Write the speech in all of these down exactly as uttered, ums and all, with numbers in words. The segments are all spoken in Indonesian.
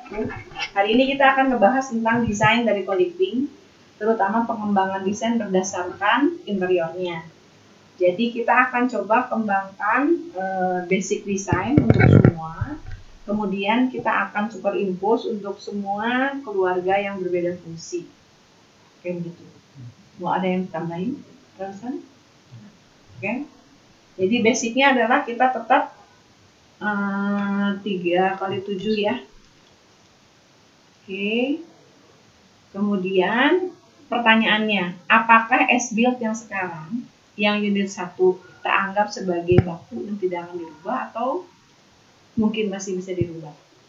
Hari ini kita akan membahas tentang desain dari co-living, terutama pengembangan desain berdasarkan interiornya. Jadi kita akan coba kembangkan uh, basic design untuk semua. Kemudian kita akan superimpose untuk semua keluarga yang berbeda fungsi. Kayak begitu. Mau ada yang tambahin? Terusan? Oke. Okay. Jadi basicnya adalah kita tetap tiga kali tujuh ya. Oke. Okay. Kemudian pertanyaannya, apakah S-Build yang sekarang yang unit satu teranggap sebagai baku yang tidak akan dirubah atau mungkin masih bisa dirubah?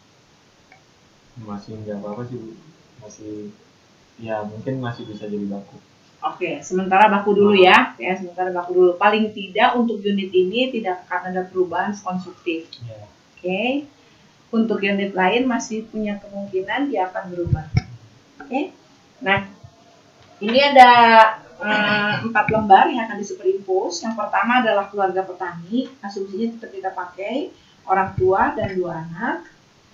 Masih nggak apa-apa sih, masih ya mungkin masih bisa jadi baku. Oke, sementara baku dulu ya, ya sementara baku dulu. Paling tidak untuk unit ini tidak akan ada perubahan konstruktif. Yeah. Oke, untuk unit lain masih punya kemungkinan dia akan berubah. Oke, nah ini ada uh, empat lembar yang akan disuperimpose. Yang pertama adalah keluarga petani, asumsinya tetap kita pakai orang tua dan dua anak.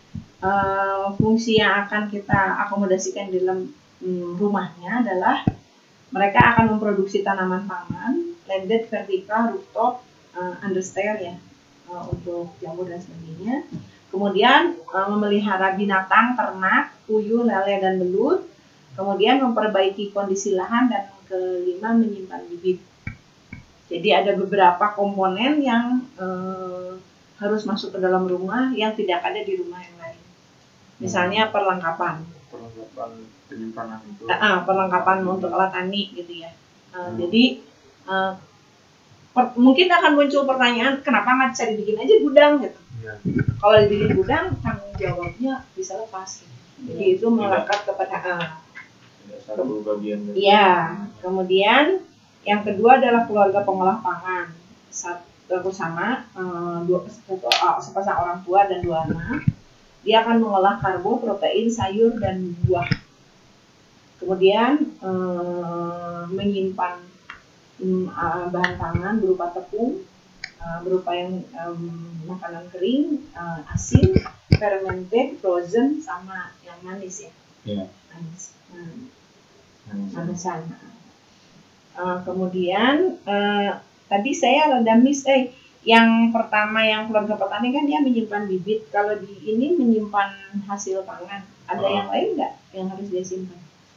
Uh, fungsi yang akan kita akomodasikan di dalam um, rumahnya adalah mereka akan memproduksi tanaman pangan, landed, vertikal, rooftop, uh, understair ya, uh, untuk jamur dan sebagainya. Kemudian uh, memelihara binatang, ternak, puyuh, lele, dan belut. Kemudian memperbaiki kondisi lahan dan kelima menyimpan bibit. Jadi ada beberapa komponen yang uh, harus masuk ke dalam rumah yang tidak ada di rumah yang lain. Misalnya perlengkapan. Perlengkapan penyimpanan itu. Uh, uh, perlengkapan untuk alat tani gitu ya. Uh, hmm. Jadi uh, per, mungkin akan muncul pertanyaan, kenapa nggak bisa dibikin aja gudang gitu? Ya. Kalau dibikin gudang, tanggung jawabnya bisa lepas. Gitu. Jadi ya, itu melekat kepada uh, satu bagian. Iya. Kemudian yang kedua adalah keluarga pengolah pangan. Satu sama uh, dua satu, uh, sepasang orang tua dan dua anak. Dia akan mengolah karbo, protein, sayur, dan buah. Kemudian eh, menyimpan um, uh, bahan pangan berupa tepung, uh, berupa yang um, makanan kering, uh, asin, fermented, frozen, sama yang manis ya. Yeah. Manis. Hmm. Manisan. Uh, kemudian uh, tadi saya rada miss eh. Yang pertama yang keluarga petani kan dia menyimpan bibit. Kalau di ini menyimpan hasil pangan. Ada oh. yang lain nggak yang harus dia simpan?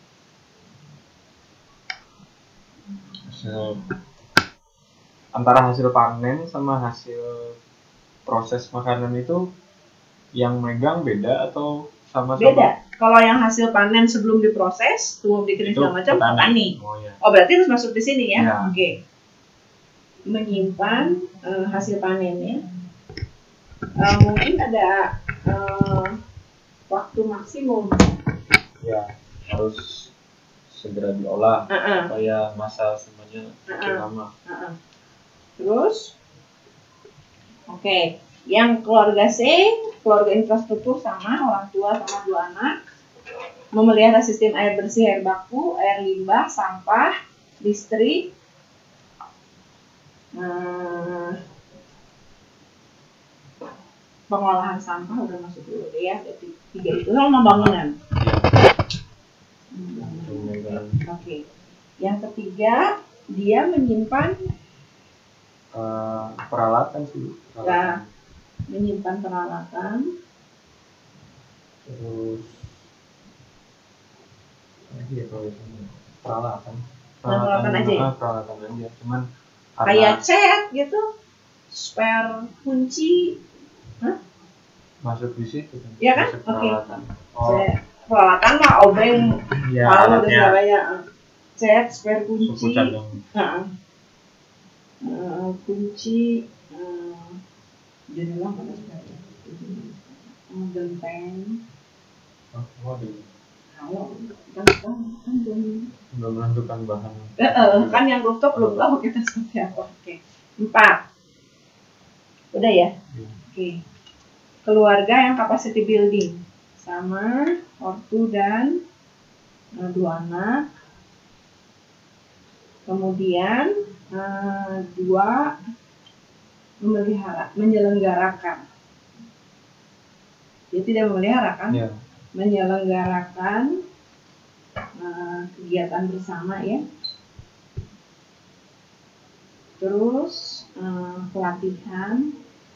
Hasil, antara hasil panen sama hasil proses makanan itu yang megang beda atau sama-sama? Beda. Kalau yang hasil panen sebelum diproses, sebelum dikering segala macam petani. petani. Oh, ya. Oh berarti harus masuk di sini ya? ya. Oke. Okay. Menyimpan uh, hasil panennya, uh, mungkin ada uh, waktu maksimum. Ya, harus segera diolah uh-uh. supaya masa semuanya uh-uh. lama. Uh-uh. Terus, oke, okay. Yang keluarga C, keluarga infrastruktur sama orang tua sama dua anak, memelihara sistem air bersih, air baku, air limbah, sampah, listrik. Hmm, pengolahan sampah udah masuk dulu deh ya, berarti tiga itu sama bangunan. Hmm, Oke, okay. Yang ketiga dia menyimpan uh, peralatan sih. Peralatan. Ya, menyimpan peralatan. Terus lagi ya kalau peralatan. Peralatan, peralatan aja ya. Peralatan aja, cuman kayak cat gitu, spare kunci, hah? Masuk di situ kan? Ya kan? Oke. Okay. Oh. Peralatan lah, obeng, ya, palu dan sebagainya. Cat, spare kunci, uh, uh, kunci, uh, jendela mana sebagainya, uh, genteng. Oh, waduh. Kalau kan kan kan belum belum menentukan bahan. Eh, uh, kan yang rooftop belum tahu kita seperti apa. Oke. Okay. Empat. Udah ya? Hmm. Oke. Okay. Keluarga yang capacity building sama ortu dan uh, dua anak. Kemudian uh, dua memelihara, menyelenggarakan. Dia tidak memelihara kan? Ya. menyelenggarakan uh, kegiatan bersama ya. Terus uh, pelatihan,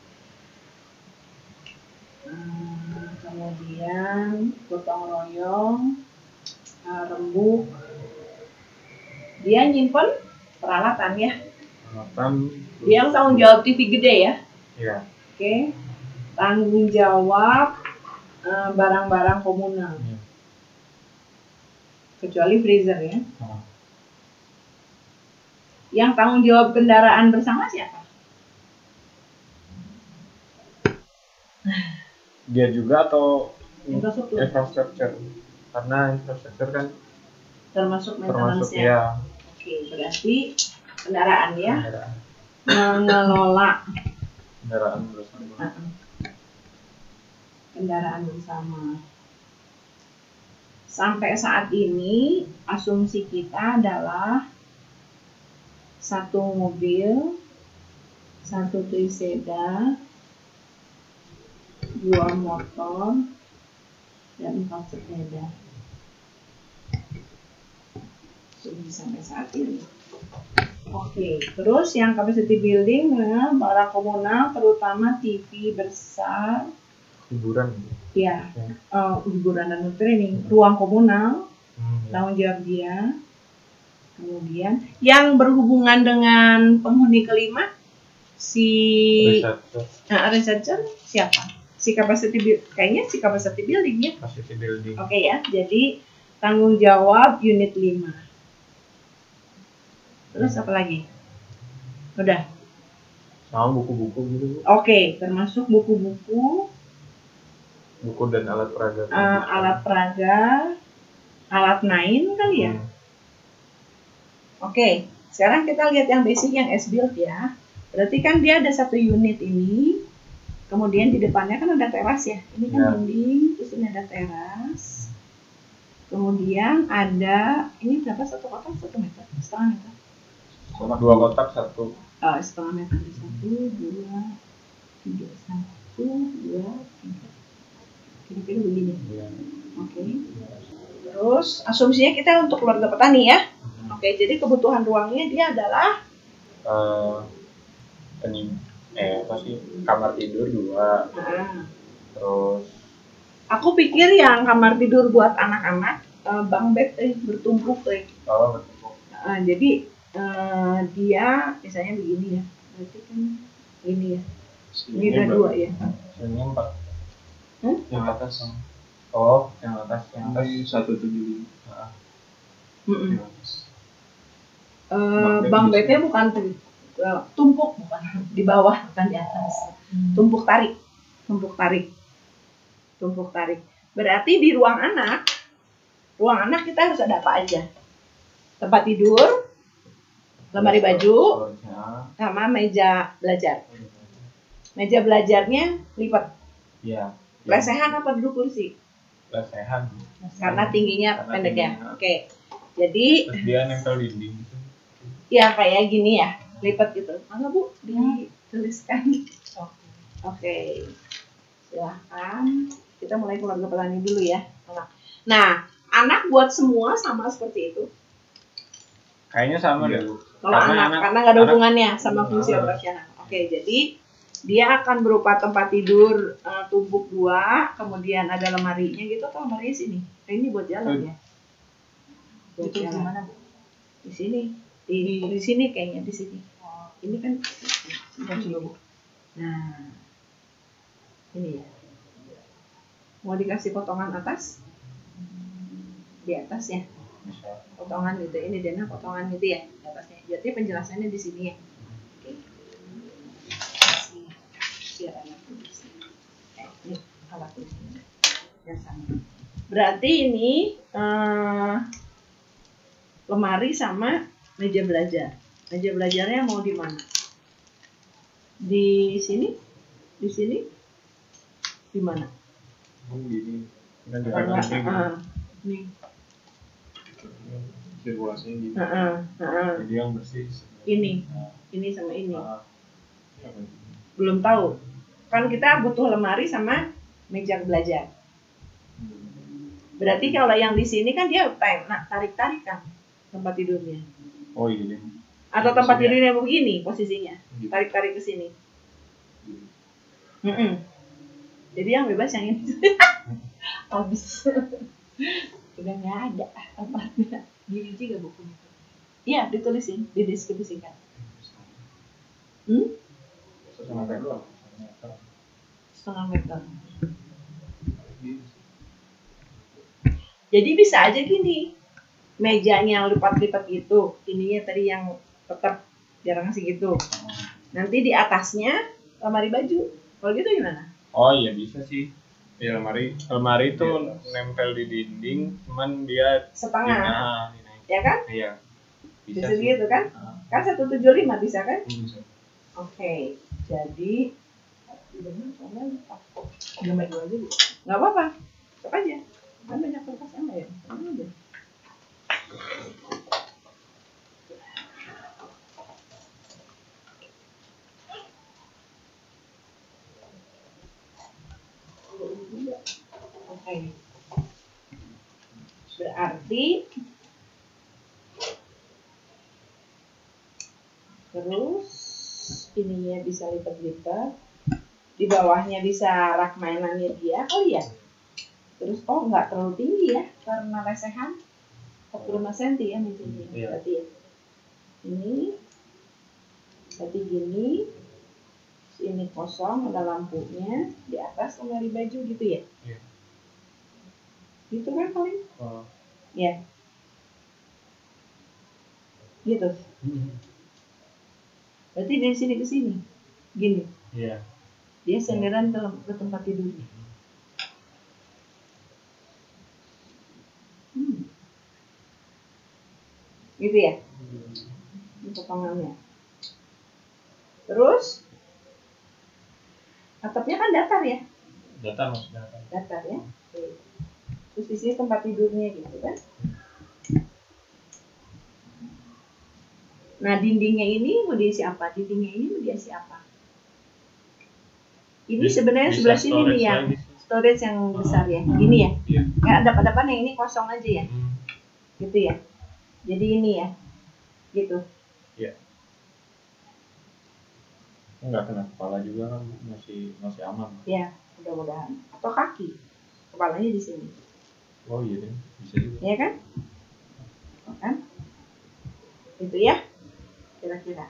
uh, kemudian gotong royong, uh, rembuk. Dia nyimpen peralatan ya. Peralatan. Dia yang tanggung jawab T V gede ya. Iya. Oke. Okay. Tanggung jawab uh, barang-barang komunal. Iya. Kecuali freezer ya. Hmm. Yang tanggung jawab kendaraan bersama siapa? Dia juga atau infrastruktur? Infrastruktur. Karena infrastruktur kan termasuk maintenance ya. Ya. Oke, berarti kendaraan ya. Kendaraan. Mengelola kendaraan bersama. Uh-uh. Kendaraan bersama. Sampai saat ini asumsi kita adalah satu mobil, satu triseda, dua motor, dan empat sepeda. Asumsi sampai saat ini. Oke, terus yang capacity building, ya, barang komunal, terutama T V besar, hiburan, ya, ya. Uh, hiburan dan training, ruang komunal, hmm, ya. Tanggung jawab dia. Kemudian yang berhubungan dengan penghuni kelima, si researcher, uh, researcher siapa? Si capacity building, kayaknya si capacity building ya. Capacity building. Oke ya, jadi tanggung jawab unit lima. Terus apa lagi? Udah. Sama buku-buku gitu. Oke, termasuk buku-buku. Buku dan alat peraga. Uh, alat peraga, alat main kali ya. Hmm. Oke, sekarang kita lihat yang basic yang S-build ya. Berarti kan dia ada satu unit ini. Kemudian di depannya kan ada teras ya. Ini kan ya. Dinding, terus ini ada teras. Kemudian ada, ini berapa satu kotak? Satu meter? Setengah meter? Dua kotak satu. Oh, setengah meter. Satu, dua, tiga. Satu, dua, tiga. Kira-kira begini. Ya. Oke. Terus asumsinya kita untuk keluarga petani ya. Hmm. Oke, jadi kebutuhan ruangnya dia adalah uh, penim, eh apa sih? Kamar tidur dua. Nah. Terus aku pikir yang kamar tidur buat anak-anak uh, bunk bed eh bertumpuk eh. Oh, bertumpuk. Uh, jadi uh, dia misalnya begini ya. Berarti kan ini ya. Ini ada dua ya. Ini empat. Hmm? Yang atas. Oh, yang atas. Yang atas satu tujuh lima. Yang atas. Uh, bunk bednya bukan uh, tumpuk, bukan di bawah, bukan di atas. Hmm. Tumpuk tarik. Tumpuk tarik. Tumpuk tarik. Berarti di ruang anak, ruang anak kita harus ada apa aja? Tempat tidur, lemari baju, sama meja belajar. Meja belajarnya lipat. Iya. Lesehan apa duduk kursi? Lesehan. Karena tingginya Karena pendek ya. Oke. Okay. Jadi. Terus dia nempel dinding. Ya kayak gini ya, lipat gitu. Mana Bu? Dituliskan. Oke. Okay. Silahkan. Kita mulai keluarga petani dulu ya. Nah, anak buat semua sama seperti itu. Kayaknya sama deh. Kalau anak, anak, karena nggak ada hubungannya sama fungsi operasional. Oke, jadi dia akan berupa tempat tidur uh, tumpuk dua, kemudian ada lemarinya gitu, atau lemarinya sini. Nah, ini buat jalan ya. Buat itu jalan. Di mana, Bu? Di sini. Di, di, di sini kayaknya di sini. Oh, ini kan coba, Bu. Nah, ini ya. Mau dikasih potongan atas? Di atas ya. Potongan gitu. Ini Dena potongan gitu ya di atasnya. Jadi penjelasannya di sini ya. Oke. Biar alat tulis. Eh, ini alat tulisnya. Ya sama. Berarti ini eh, lemari sama meja belajar. Meja belajarnya mau di mana? Di sini? Di sini? Di mana? Gini, kan di atas ini. Uh, nih. Sirkulasinya gini. Uh, uh, uh, Jadi yang bersih. Ini, uh, ini sama ini. Uh, Belum tahu. Kan kita butuh lemari sama meja belajar. Berarti kalau yang di sini kan dia tarik-tarik kan tempat tidurnya. Oh iya. Atau tempat tidurnya begini posisinya, tarik-tarik ke sini. Mm-mm. Jadi yang bebas yang ini. Habis. Udah nggak ada tempatnya. Gini juga bukunya. Iya, ditulisin, dideskripsikan. Hmm? Setengah meter. Setengah meter. Jadi bisa aja gini, mejanya lipat-lipat gitu, ininya tadi yang tetap jarang segitu. Nanti di atasnya lemari baju. Kalau gitu gimana? Oh iya bisa sih. Ya lemari, lemari itu nempel di dinding, cuman dia setengah, dinaik. Ya kan? Iya. Bisa, bisa gitu kan? Uh. Kan seratus tujuh puluh lima bisa kan? Bisa. Oke, okay. Jadi gambar dua aja, nggak apa-apa, cok aja. Kan banyak kertas yang lain, sama aja. Oke, okay. Berarti terus ininya bisa lipat-lipat, di bawahnya bisa rak mainannya dia kali ya. Terus oh nggak terlalu tinggi ya karena lesehan empat puluh lima sentimeter ya mejanya. Iya. Berarti ya. Ini berarti gini, ini kosong ada lampunya, di atas lemari baju gitu ya. Iya. Gitu kan paling? Oh. Ya. Gitu. Hmm. Berarti dari sini ke sini, gini. Iya. Dia senderan ke, ke tempat tidurnya. Hmm. Gitu ya. Ini potongannya. Terus atapnya kan datar ya? Datar mas, datar. Datar ya. Oke. Terus di sini tempat tidurnya gitu kan? Nah dindingnya ini mau diisi apa? Dindingnya ini mau diisi apa? Ini sebenarnya sebelah sini nih yang storage yang besar ya. Ini ya. Iya. Kan ada pada yang ini kosong aja ya. Hmm. Gitu ya. Jadi ini ya. Gitu. Iya. Enggak kena kepala juga kan, masih masih aman. Iya, mudah-mudahan. Atau kaki. Kepalanya di sini. Oh iya deh, bisa juga. Iya kan? Kan? Itu ya. Kira-kira.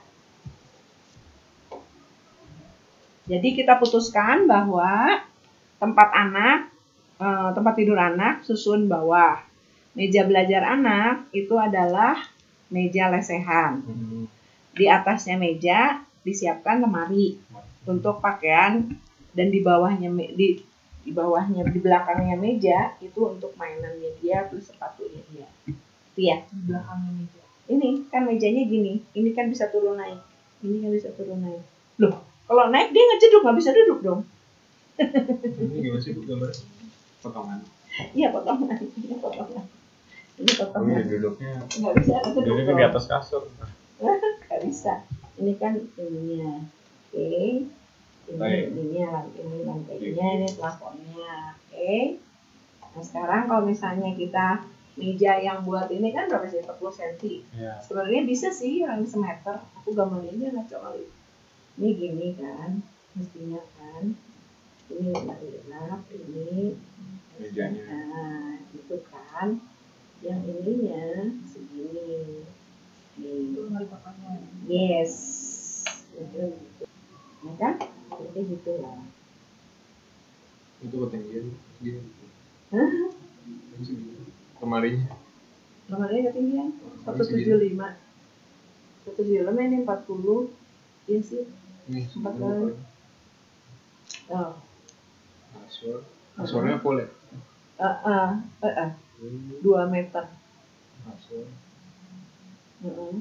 Jadi kita putuskan bahwa tempat anak, eh, tempat tidur anak susun bawah. Meja belajar anak itu adalah meja lesehan. Hmm. Di atasnya meja disiapkan lemari untuk pakaian dan di bawahnya di di bawahnya di belakangnya meja itu untuk mainannya dia plus sepatunya dia. Itu ya. Di belakangnya meja. Ini kan mejanya gini, ini kan bisa turun naik, ini kan bisa turun naik. Loh, kalau naik dia ngejeduk, nggak bisa duduk dong. Ini gimana sih gambar potongan? Iya potongan, ini potongan. Ini potongan. Oh iya duduknya. Nggak bisa duduk. Duduknya di atas kasur. Nggak bisa. Ini kan ininya, oke. Okay. Ini Baik. ininya, ini lantainya, ini plafonnya, oke. Okay. Nah sekarang kalau misalnya kita meja yang buat ini kan berapa sih? empat puluh sentimeter. Yeah. Sebenarnya bisa sih yang semeter. Aku gambarnya ngaco kali. Ini gini kan, mestinya kan. Ini lap, ini mejanya. Nah, itu kan. Yang ininya segini. Itu yes. Itu. Ya kan? Jadi gitu lah. Itu ketinggian segini. Hah? Ini segini. Lemarinya. Lemarinya ketinggian seratus tujuh puluh lima. seratus tujuh puluh lima ini empat puluh. Iya sih. Ini empat kali. Oh. Kasur. Kasurnya full ya? Heeh, heeh. dua meter. Kasur. Heeh.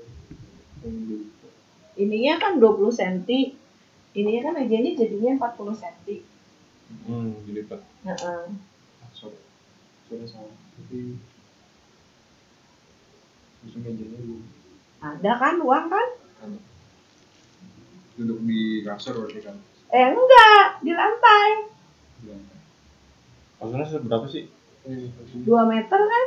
Ininya kan dua puluh sentimeter. Ininya kan mejanya jadinya empat puluh sentimeter. Hmm, dilipat. Heeh. Kasur. Sudah sama. Jadi terus mejanya dulu. Ada kan uang kan? Ada. Duduk di kasur berarti kan? Eh enggak, di lantai. Di lantai. Kasurnya seberapa sih? dua meter kan?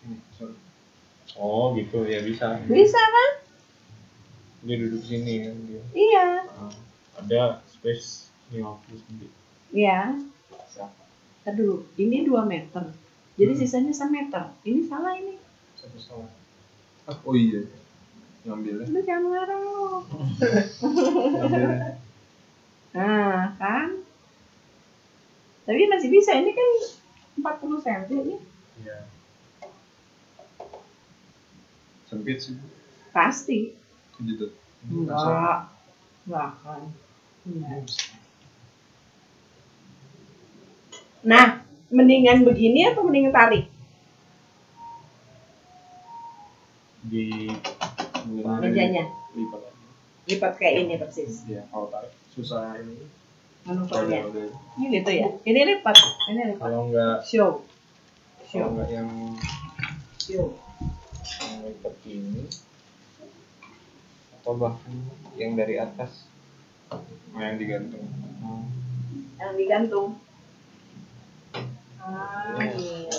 Oh gitu ya, bisa. Bisa kan? Dia duduk sini kan dia. Iya. Nah, ada space lima puluh sendiri. Iya. Aduh, ini dua meter. Jadi Hmm. sisanya semeter. Ini salah ini. Satu setengah. Oh iya. Ngambilnya. Lu jangan marah lo. Ngambilnya. Nah, kan? Tapi masih bisa. Ini kan empat puluh sentimeter ya. Iya. Sempit sih. Pasti. Gitu. Enggak. Enggak akan. Enggak. Nah, mendingan begini atau mendingan tarik? Di Mejanya. lipat aja. Lipat kayak ini persis. Iya, kalau tarik susah ini. Manuvernya. Roda-roda. Ini gitu ya. Ini lipat. Ini lipat. Kalau enggak, Show. Show. kalau enggak yang Show. yang lipat ini atau bahkan yang dari atas, oh, yang digantung. Oh. Yang digantung. Ah, iya.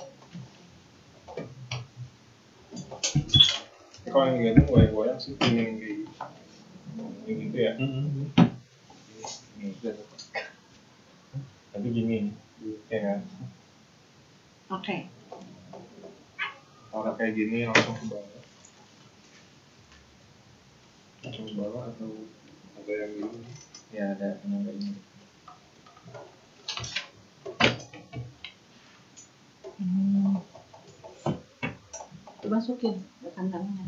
Kalau yang digantung goyang-goyang sih pengen kayak gitu. Yang gitu ya. Mm-hmm. Ini udah. Tapi gini, ya kan. Oke. Okay. Kalau kayak gini langsung ke bawah. Langsung ke bawah atau ada yang gini? Ya ada yang kayak gini. Hmm. Coba masukin ke kandangnya.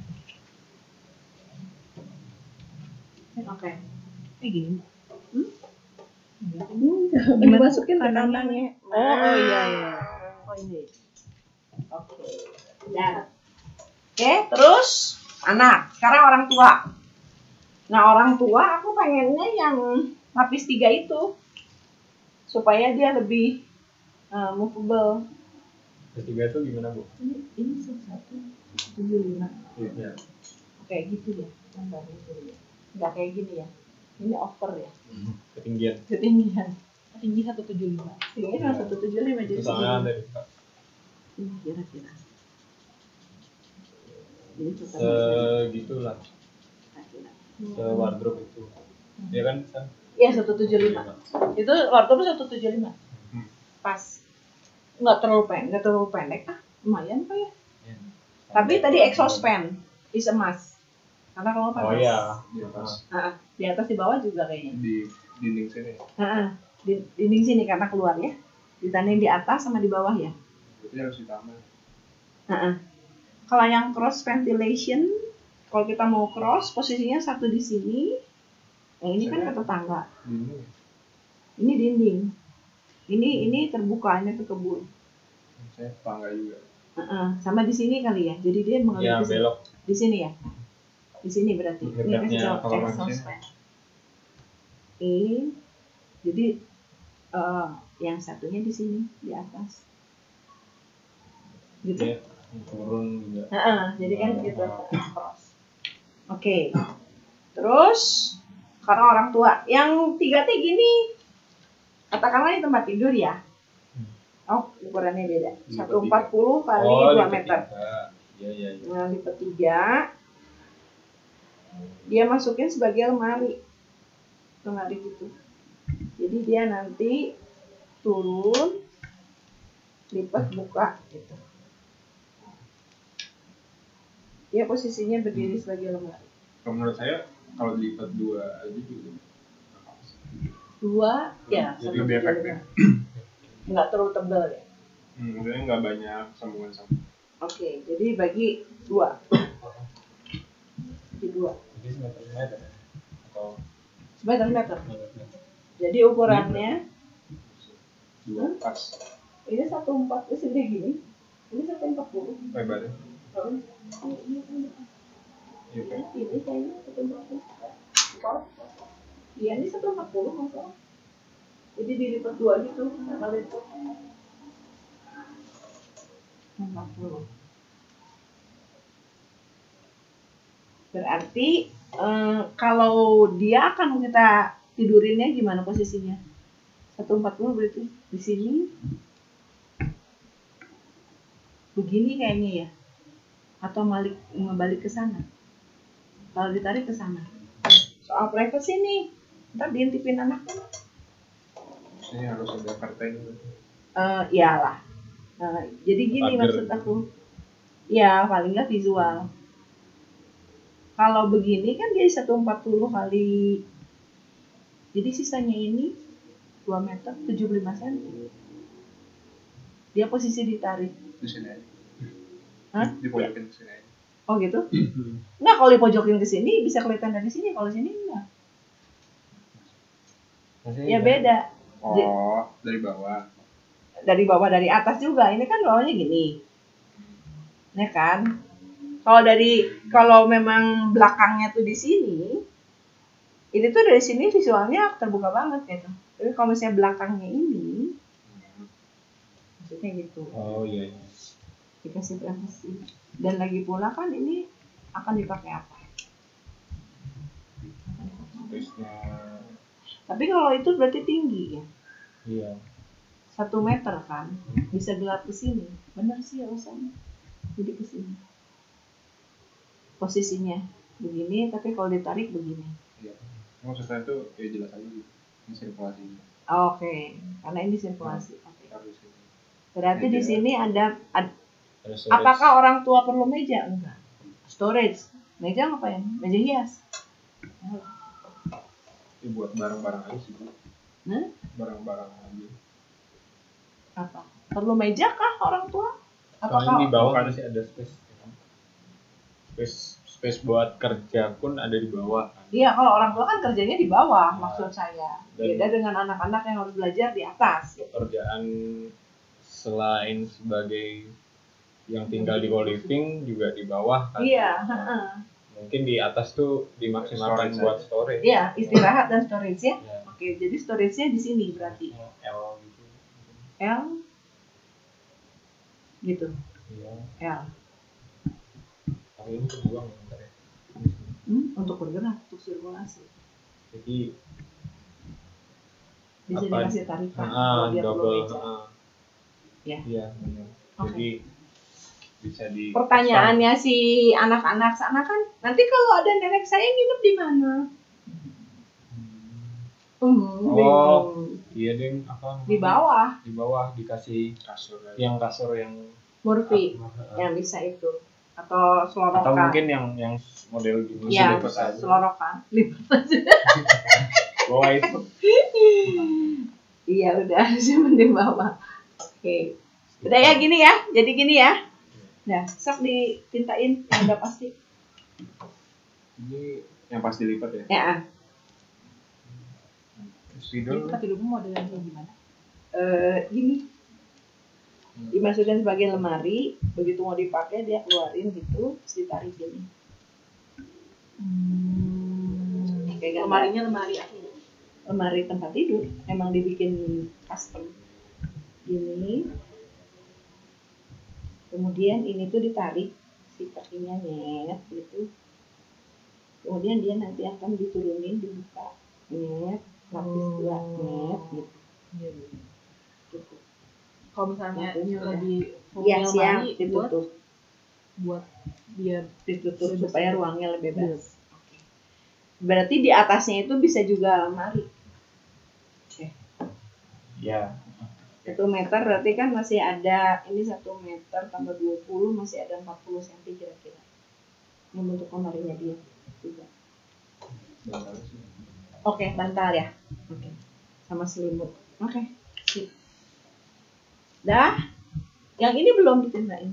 Oke. Okay. Kayak gini. Hmm? Gimana masukin ke kandangnya? Oh, oh iya iya. Oh ini. Oke. Okay. Dan. Oke, okay, terus anak. Sekarang orang tua. Nah, orang tua aku pengennya yang lapis tiga itu. Supaya dia lebih uh, movable. Ketiga itu gimana, Bu? Ini ini satu tujuh lima. Iya. Kayak gitu ya, gambarnya itu ya. Nggak kayak gini ya. Ini over ya. Ketinggian. Ketinggian. Tinggi satu tujuh lima. Tinggi kan satu tujuh lima jadi segini. segini. Ini kira-kira. Ini segitulah. Se wardrobe itu. Ya kan? Iya satu tujuh lima. Itu wardrobe satu tujuh lima. Pas. Nggak terlalu pendek, nggak terlalu pendek ah, lumayan kok ya. Ya. Tapi tadi exhaust fan is a must. Karena kalau panas. Oh iya, di atas. Nah, di atas di bawah juga kayaknya. Di dinding sini. Nah, di dinding sini karena keluar ya. Ditanding di atas sama di bawah ya. Berarti harus ditambah. Nah, kalau yang cross ventilation, kalau kita mau cross posisinya satu di sini. Yang ini kan ke tetangga. Dinding. Ini dinding. Ini ini terbuka, ini ke kebun. Saya tetangga juga. Uh-uh. Sama di sini kali ya. Jadi dia mengalami ya, belok. Di sini ya. Di sini berarti. Ini kan exhaust fan. Ini jadi uh, yang satunya di sini di atas. Gitu. Ya, turun juga. Uh-uh. Jadi kan kita cross. Oke. Okay. Terus karena orang tua yang tiga T gini. Katakanlah di tempat tidur ya. Oh, ukurannya beda. seratus empat puluh kali oh, dua meter. Iya, iya, iya. Nah, lipat tiga. Dia masukin sebagai lemari. Lemari gitu. Jadi dia nanti turun, lipat, buka gitu. Dia posisinya berdiri sebagai lemari. Kalau menurut saya kalau dilipat dua aja juga. Dua, ya, jadi lebih efektif. Nggak terlalu tebal ya. Hmm, maksudnya nggak banyak sambungan sambungan. Oke, jadi bagi dua. Bagi dua. Jadi semeter meter atau semeter meter. Jadi ukurannya dua pas. Ini satu empat, ini segede gini. Ini satu empat puluh. Lebarnya? Oh, ini ini. Iya. Ini kayaknya satu empat puluh. Iya, ini satu empat puluh masalah. Jadi dilipat dua gitu, kalau itu empat puluh. Berarti eh, kalau dia akan kita tidurinnya gimana posisinya? seratus empat puluh berarti di sini. begini kayaknya ya, atau balik ngebalik ke sana. Kalau ditarik ke sana. Soal privacy nih, ntar diintipin anaknya. Ini harus ada kartenya. Uh, iyalah. Uh, jadi gini Pager. maksud aku. Ya paling nggak visual. Kalau begini kan dia seratus empat puluh kali. Jadi sisanya ini dua meter tujuh puluh lima sentimeter. Dia posisi ditarik. Di sini aja. Hah? Di pojokin sini aja. Oh gitu? Enggak, kalau dipojokin ke sini bisa kelihatan dari sini, kalau sini enggak. Ya beda. Oh, dari bawah. Dari bawah, dari atas juga. Ini kan bawahnya gini. Ya kan? Kalau dari kalau memang belakangnya tuh di sini, ini tuh dari sini visualnya terbuka banget gitu. Tapi kalau misalnya belakangnya ini, maksudnya gitu. Oh iya. Dikasih privacy. Dan lagi pula kan ini akan dipakai apa? Space-nya. Tapi kalau itu berarti tinggi ya. Iya. Satu meter kan, bisa gelap ke sini. Benar sih alasannya. Jadi ke sini. Posisinya begini, tapi kalau ditarik begini. Iya. Maksudnya itu ya jelas aja gitu. Ini sirkulasi. Oke, okay. Karena ini sirkulasi. Oke. Okay. Berarti meja. Di sini ada, ada, ada apakah orang tua perlu meja? Enggak. Storage. Meja ngapain? Meja hias. Ini buat barang-barang aja sih. Nah? Barang-barang aja. Apa? Perlu meja kah orang tua? Apakah di bawah kan sih ada space, space, space buat kerja pun ada di bawah. Kan? Iya, kalau orang tua kan kerjanya di bawah, nah, maksud saya. Dan beda dengan anak-anak yang harus belajar di atas. Pekerjaan selain sebagai yang tinggal di co-living juga di bawah kan. Iya. Nah, mungkin di atas tuh dimaksimalkan storage buat storage. Iya, istirahat dan storage ya. ya. Oke, jadi storage-nya di sini berarti. L gitu. L gitu. Iya. L. Tapi ini kebuang bentar ya. Hmm, untuk bergerak, untuk sirkulasi. Jadi bisa apa, dikasih tarikan ah, dia double, perlu ah. Ya. Iya, benar. Okay. Jadi bisa di pertanyaannya pesan. Si anak-anak sana kan nanti kalau ada nenek saya nginep di mana? Hmm, oh, iya ding, apa? Di bawah. Di bawah dikasih kasur. Yang kasur yang Murphy, uh, yang bisa itu. Atau selorokan. Atau mungkin yang yang model gini. Ya, selorokan. Lipat aja. Bawah itu. Iya udah, simpen di bawah. Oke. Okay. Udah ya gini ya, jadi gini ya. Nah, sok ditintain yang udah pasti. Ini yang pasti lipat ya? Ya. Tidur. Lipat dulu modelnya gimana? Eh, gini. Dimasukkan sebagai lemari, begitu mau dipakai dia keluarin gitu, terus ditarik gini. Hmm, kayak lemarinya lemari apa? Lemari tempat tidur, emang dibikin custom. Gini. Kemudian ini tuh ditarik si kakinya net gitu. Kemudian dia nanti akan diturunin dibuka net, lapis dua net gitu. Gitu. Kalau misalnya nyuruh di ya, siang ditutup buat biar ditutup bebas supaya ruangnya lebih bebas. Oke. Berarti di atasnya itu bisa juga lemari. Oke. Ya. Satu meter berarti kan masih ada ini satu meter tambah dua puluh masih ada empat puluh sentimeter kira-kira. Ini bentuk lemarinya dia juga. Oke, bantal ya. Oke. Sama selimut. Oke. Sip. Dah, yang ini belum ditindain.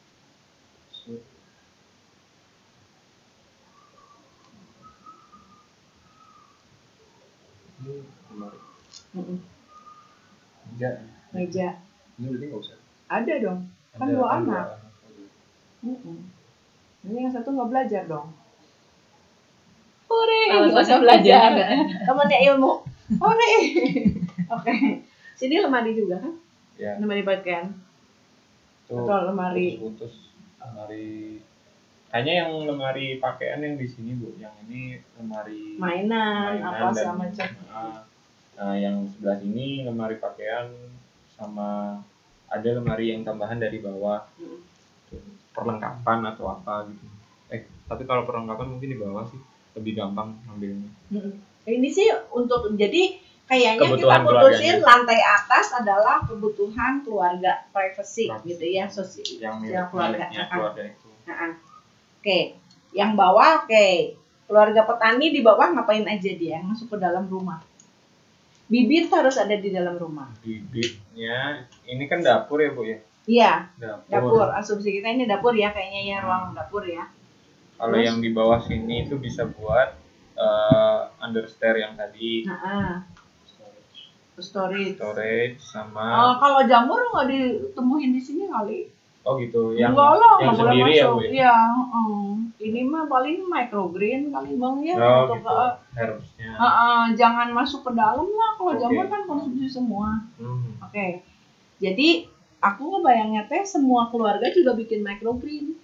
Ini lemari. Mm-mm. Meja. Meja. Ini berarti nggak usah. Ada dong. Kan Ada, dua kan anak. Dua. Ini yang satu nggak belajar dong. Hore, nggak usah belajar. Temannya ilmu. Hore. Oke. Sini lemari juga kan? Ya. Lemari pakaian. Tuh, atau lemari putus lemari. Kayaknya yang lemari pakaian yang di sini Bu, yang ini lemari mainan, mainan apa dan, sama macam. Nah, yang sebelah sini lemari pakaian sama ada lemari yang tambahan dari bawah. Hmm. perlengkapan atau apa gitu. Eh tapi kalau perlengkapan mungkin di bawah sih lebih gampang ngambilnya. Mm-mm. Ini sih untuk jadi kayaknya Kebutuhan kita putusin keluarganya. lantai atas adalah kebutuhan keluarga, privacy Privacy. gitu ya, sosial Yang milik ya, keluarga. miliknya Ah, keluarga itu. ah, ah. Oke, yang bawah oke. Keluarga petani di bawah ngapain aja dia? Masuk ke dalam rumah. Bibit harus ada di dalam rumah. Bibitnya ini kan dapur ya Bu ya. Iya, Dapur. dapur. Asumsi kita ini dapur ya, kayaknya ya ruang dapur ya. Kalau Terus? yang di bawah sini itu bisa buat uh, understair yang tadi. Nah, ah. Storage. Storage sama. Uh, kalau jamur nggak ditemuin di sini kali. Oh gitu. Yang Enggak lah, yang nggak boleh sendiri ya masuk. Bu ya. Iya, uh. Ini mah paling microgreen kali bang ya. Oh untuk gitu. uh, Herbsnya. uh, uh, jangan masuk ke dalam lah. Kalau Oke. jamur kan konsumsi semua. Hmm. Oke. Okay. Jadi aku ngebayangnya teh semua keluarga juga bikin microgreen.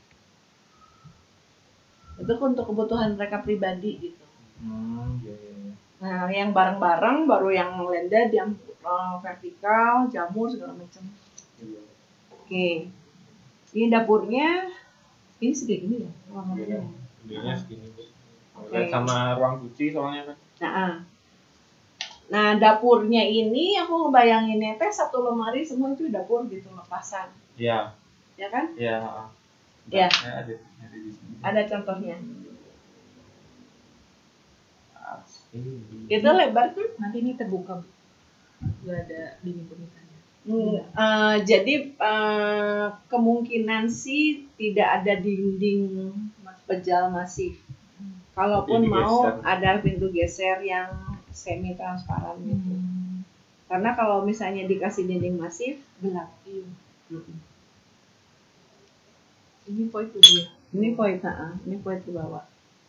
Itu untuk kebutuhan mereka pribadi gitu. Hmm, iya, iya. Nah, yang bareng-bareng baru yang landed, yang uh, vertikal, jamur segala macam. Iya. Oke. Okay. Ini dapurnya ini segini ya ruang Iya. dapurnya. Gedenya segini Bu. Oke. Sama ruang cuci soalnya kan. Nah, uh. nah dapurnya ini aku ngebayanginnya teh satu lemari semua itu dapur gitu lepasan. Iya. Ya kan? Iya. Iya. Ada, ada di sini. Ada contohnya. Asli. Itu lebar tuh. Nanti ini terbuka, nggak ada dinding pemisahannya. Hmm, uh, jadi uh, kemungkinan sih tidak ada dinding pejal masif. Kalaupun Jadi mau geser. ada pintu geser yang semi transparan gitu. Hmm. Karena kalau misalnya dikasih dinding masif gelap. Iya. Mm-mm. Ini void tuh dia. Ini void, nah, ini void ke bawah.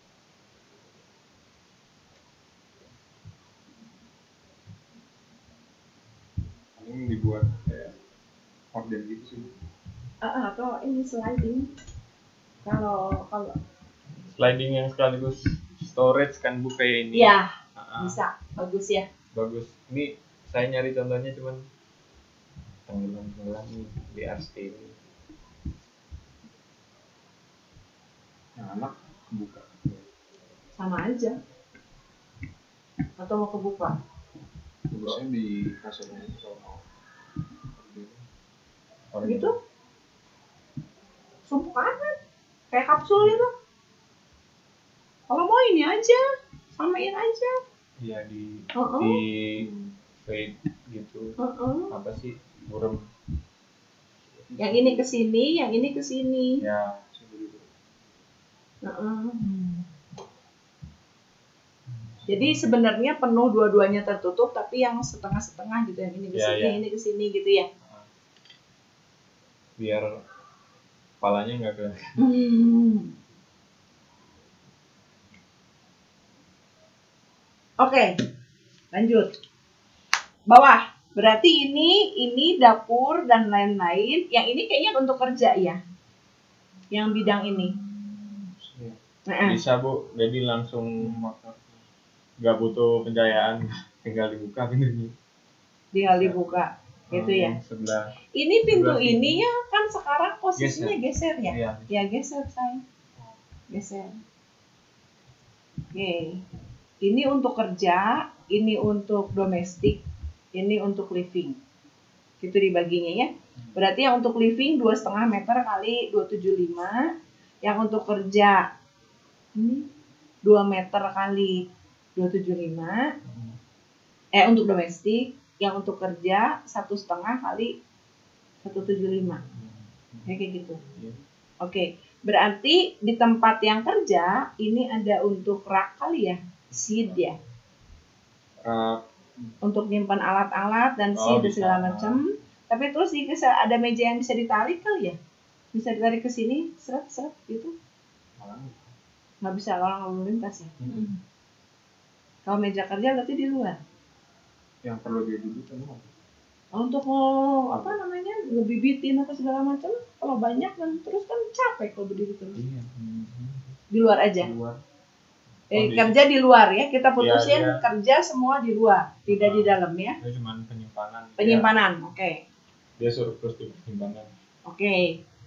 Paling dibuat kayak horden gitu sih. Uh, atau ini sliding. Kalau kalau Sliding yang sekaligus storage kan Bu kayak ini. ya Ah, bisa bagus ya. bagus. Ini saya nyari contohnya cuman tenggelam-tenggelam nih di R C ini. Yang anak buka. Sama aja. Atau mau kebuka? Bukanya di kasurnya sono. Gitu? Sumpuk kanan. Kayak kapsul gitu. Kalau mau ini aja, samain aja. Iya di Uh-uh. di fade gitu. Uh-uh. Apa sih burem? Yang ini ke sini, yang ini ke sini. Ya. Uh-uh. Jadi sebenarnya penuh dua-duanya tertutup, tapi yang setengah-setengah gitu, yang ini ke Ya, sini, ya. yang ini ke sini gitu ya. Biar kepalanya nggak ke. Hmm. Oke, lanjut. Bawah, berarti ini ini dapur dan lain-lain. Yang ini kayaknya untuk kerja ya, yang bidang ini. Nah, Bisa Bu, jadi langsung nggak butuh pencahayaan, tinggal dibuka pintunya. tinggal dibuka, gitu ya. Hmm, sebelah. Ini pintu Sebelah ini ya kan sekarang posisinya geser, ya. Iya. Ya geser say, geser. Oke, ini untuk kerja, ini untuk domestik, ini untuk living. Gitu dibaginya ya. Berarti yang untuk living dua setengah meter kali dua tujuh lima, yang untuk kerja ini dua meter kali dua tujuh lima. Eh untuk domestik, yang untuk kerja satu setengah kali satu tujuh lima. Kayak gitu. Iya. Oke, berarti di tempat yang kerja ini ada untuk rak kali ya, seed ya, Rak. untuk nyimpan alat-alat dan Oh, seed dan bisa. segala macam. Tapi terus di ada meja yang bisa ditarik kali ya, bisa ditarik ke sini, seret-seret gitu. Nggak bisa orang lalu lintas ya. Hmm. Kalau meja kerja berarti di luar. Yang perlu dia duduk kan apa? Untuk mau apa namanya ngebibitin atau segala macam, kalau banyak kan terus kan capek kalau berdiri terus. Iya. Di luar aja. Di luar. Eh, Oh, di- kerja di luar ya, kita putusin Iya, iya. kerja semua di luar, tidak di dalam ya. Itu cuma penyimpanan. Penyimpanan, oke, Dia, dia surplus di penyimpanan. oke.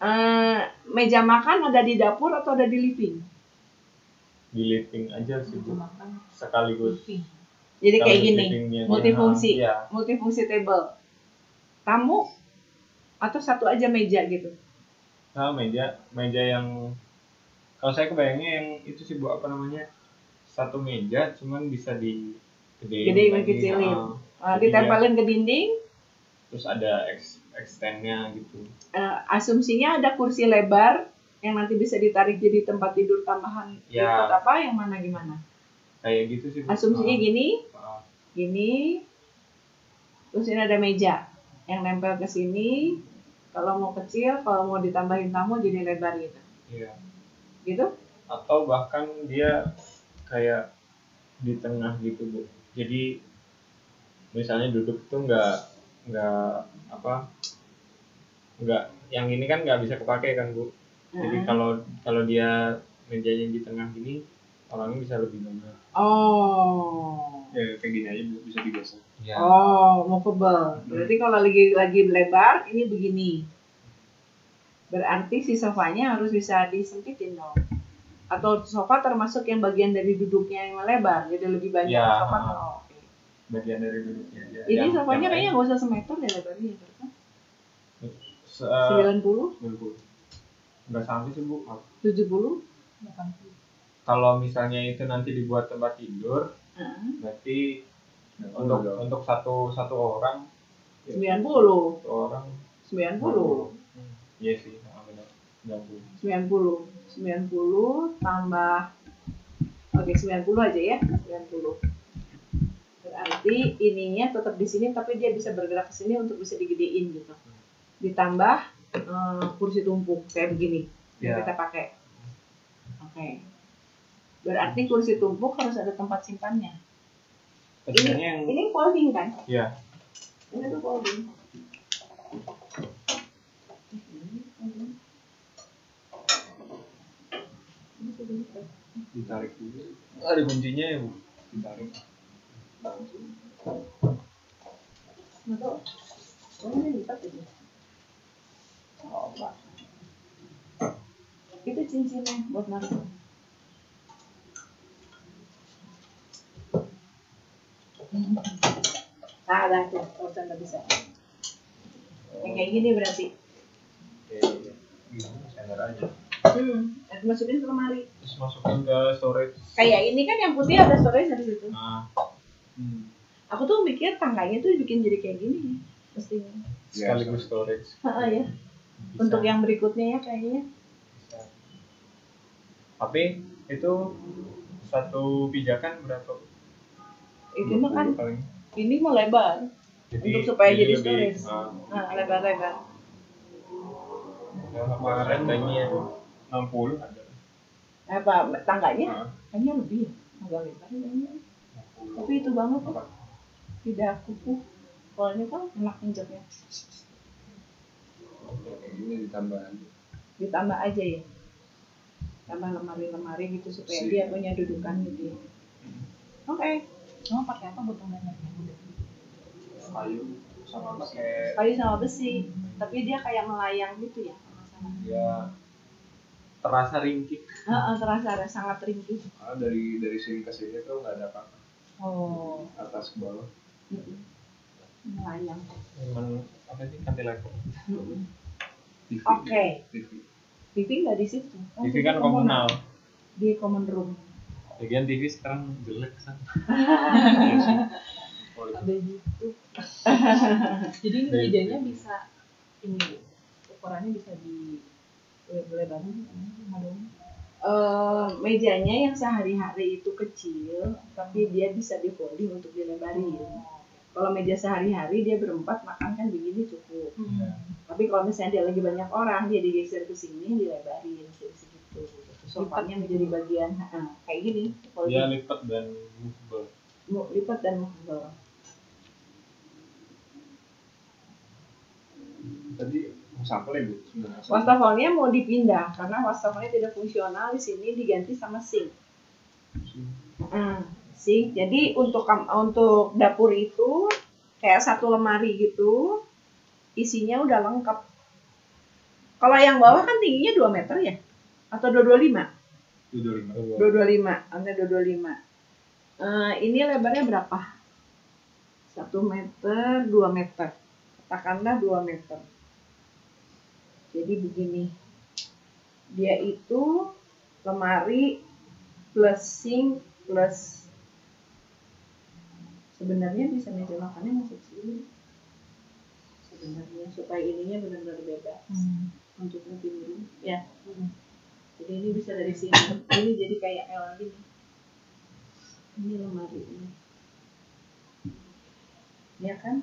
Eh, meja makan ada di dapur atau ada di living? Di living aja sih Bu. Makan Sekaligus. living. Jadi kayak sekaligus gini, livingnya dia. multifungsi, Iya. multifungsi table. Tamu atau satu aja meja gitu? Nah, meja, meja yang kalau saya kebayangnya yang itu sih Bu, apa namanya? Satu meja cuman bisa di gedein Gede lagi. kecilin. Ah. Uh, Jadi ditempelin ke dinding. Terus ada ex, extendnya gitu. Uh, asumsinya ada kursi lebar yang nanti bisa ditarik jadi tempat tidur tambahan. Ya. Ikut apa? Yang mana gimana? Kayak gitu sih Bu. Asumsinya Ah. gini, Ah. gini. Terus ini ada meja yang nempel ke sini. Kalau mau kecil, kalau mau ditambahin tamu jadi lebar gitu. Iya. Gitu? Atau bahkan dia kayak di tengah gitu Bu. Jadi misalnya duduk tuh nggak nggak apa nggak yang ini kan nggak bisa kepake kan Bu. Jadi Uh-huh. kalau kalau dia mejanya di tengah gini orangnya bisa lebih banyak. Oh. Ya kayak gini aja bisa digeser. Ya. Oh, movable. Berarti kalau lagi lagi lebar ini begini. Berarti si sofanya harus bisa disempitin dong. Atau sofa termasuk yang bagian dari duduknya yang lebar, jadi lebih banyak Ya, sofa. uh, Oh, oke. Bagian dari duduknya aja. Ini Yang- sofanya yang kayaknya lain, nggak usah semeter deh lebarnya. se- sembilan puluh, sembilan puluh. Nggak sampai sih Bu. tujuh puluh. delapan puluh. Kalau misalnya itu nanti dibuat tempat tidur, Uh, berarti untuk untuk satu satu orang sembilan puluh. satu orang sembilan puluh. Iya sih, nah, benar. sembilan puluh. sembilan puluh. sembilan puluh tambah. Oke, sembilan puluh aja ya. sembilan puluh. Berarti ininya tetap di sini tapi dia bisa bergerak ke sini untuk bisa digedein gitu. Ditambah eh, kursi tumpuk kayak begini yang Ya. kita pakai. Oke. Berarti kursi tumpuk harus ada tempat simpannya. Sebenarnya yang Ini folding kan? ya Ini tuh folding. ditarik dulu. Ada kuncinya ya Bu. Ditarik. Nggak tahu. Oh, ini lipat aja. Oh, Pak. Itu cincinnya buat naruh. Ah, dah tuh, kalau nggak bisa. Yang kayak gini berarti. Oke, gini sender aja. Hmm, masukin ke lemari. Terus masukin ke storage. Kayak ini kan yang putih ada storage di situ. Nah, hmm. Aku tuh mikir tangganya tuh bikin jadi kayak gini mestinya. sekaligus storage. Heeh ya. Bisa. Untuk yang berikutnya ya kayaknya. Bisa. Tapi itu satu pijakan berapa? Itu mah kan paling. ini mau lebar. Jadi, Untuk supaya jadi lebih, storage. uh, Nah, lebar-lebar. yang kemarin kayaknya enam puluh ada. Apa tangganya? Nah, Kayaknya lebih ya. Agak lebar kayaknya. Tapi itu banget tuh. apa? Tidak kukuh. Kalau ini kan enak injeknya. Kayak gini ditambah aja. Ditambah aja ya. Tambah lemari-lemari gitu supaya dia punya dudukan gitu ya. Oke. Kamu pakai apa buat banyaknya? Kayu sama pakai Kayu sama besi. Tapi dia kayak melayang gitu ya. kalau nggak salah. ya terasa ringkih. Heeh, terasa ada sangat ringkih. Ah, dari dari sini ke sini tuh nggak ada apa-apa. Oh. Atas ke bawah. Mm-mm. Melayang. Cuman apa sih cantilever? Mm-mm. T V. Oke. T V. T V nggak di situ. T V kan komunal. Di common room. Bagian T V sekarang jelek kan. Ada YouTube. Jadi ini Dari- mejanya bisa ini ukurannya bisa di lebarin madonnya. Eh, mejanya yang sehari-hari itu kecil, tapi dia bisa di folding untuk dilebarin. Kalau meja sehari-hari dia berempat makan kan begini cukup. Iya. Tapi kalau misalnya dia lagi banyak orang, dia digeser ke sini, dilebarin segitu. Sofanya menjadi bagian nah, kayak gini. Dia Folding, lipat dan movable. Mu- lipat dan movable. Tadi sampel ya Bu sebenarnya. Wastafelnya mau dipindah karena wastafelnya tidak fungsional di sini diganti sama sink. Nah, sink. Jadi untuk kam- untuk dapur itu kayak satu lemari gitu, isinya udah lengkap. Kalau yang bawah kan tingginya dua meter ya? Atau dua ratus dua puluh lima? dua puluh lima. dua ratus dua puluh lima, angka dua ratus dua puluh lima. Uh, ini lebarnya berapa? satu meter, dua meter. Katakanlah dua meter. Jadi begini. Dia itu lemari plus sink plus sebenarnya bisa meja makannya masuk sini. Sebenarnya supaya ininya benar-benar bebas. Hmm. Untuk lebih dulu. Ya. Hmm. Jadi ini bisa dari sini. Ini jadi kayak L gini. Ini lemari ini. Ya kan?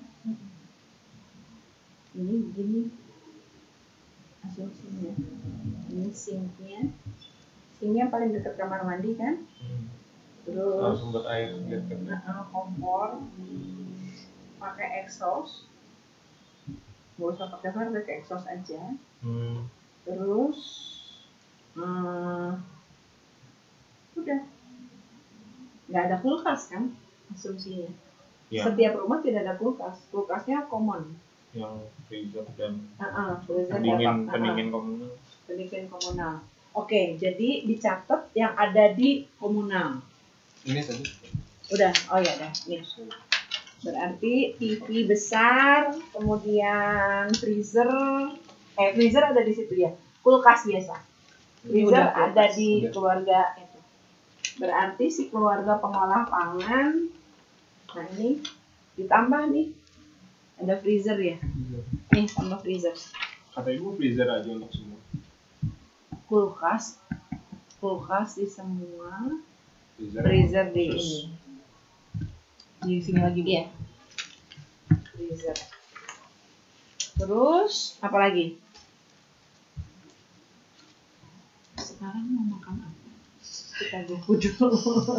Ini begini asumsinya. Ini sinknya. Sinknya paling dekat kamar mandi kan? Hmm. Terus oh, sumber air dekat. Uh, kompor. Pakai exhaust. Nggak usah pakai fan, pakai exhaust aja. Hmm. Terus uh, udah. Nggak ada kulkas kan? Asumsinya. Ya. Setiap rumah tidak ada kulkas. Kulkasnya common. Yang freezer dan uh-uh, freezer pendingin, dan, pendingin uh-uh. komunal. Pendingin komunal. Oke, jadi dicatat yang ada di komunal. Ini saja. Udah, oh ya dah. Nih. Berarti T V besar, kemudian freezer. Eh, freezer ada di situ ya. Kulkas biasa. Freezer udah, ada di udah. Keluarga itu. Berarti si keluarga pengolah pangan. Nah ini ditambah nih. Ada freezer ya. Nih tambah freezer. Kata ibu freezer aja untuk semua. Kulkas. Kulkas di semua. Freezer, freezer di ini. Di sini lagi Bu. Iya. Freezer. Terus apa lagi? Sekarang mau makan apa? Kita buku dulu.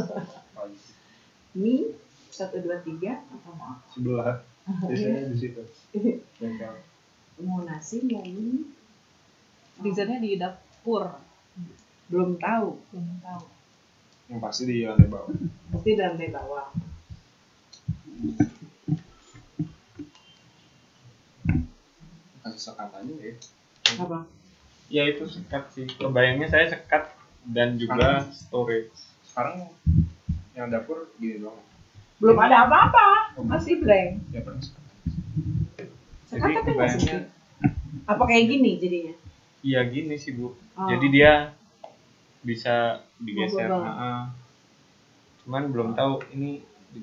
Mie satu dua tiga atau mau? Sebelah. Biasanya di situ. Mau nasi, mau mie. Freezernya di dapur. Belum tahu. Belum tahu. Yang pasti di lantai bawah. Pasti di lantai bawah. Kasih sekat aja ya. Apa? Ya itu sekat sih. Kebayangnya saya sekat dan juga sekarang, storage. Sekarang yang dapur gini doang. Belum ada apa-apa. Masih blank. Ya pernah sekat. Jadi kebayangnya apa kayak gini jadinya? Iya gini sih Bu. Oh. Jadi dia bisa digeser. Nah, cuman belum tahu ini.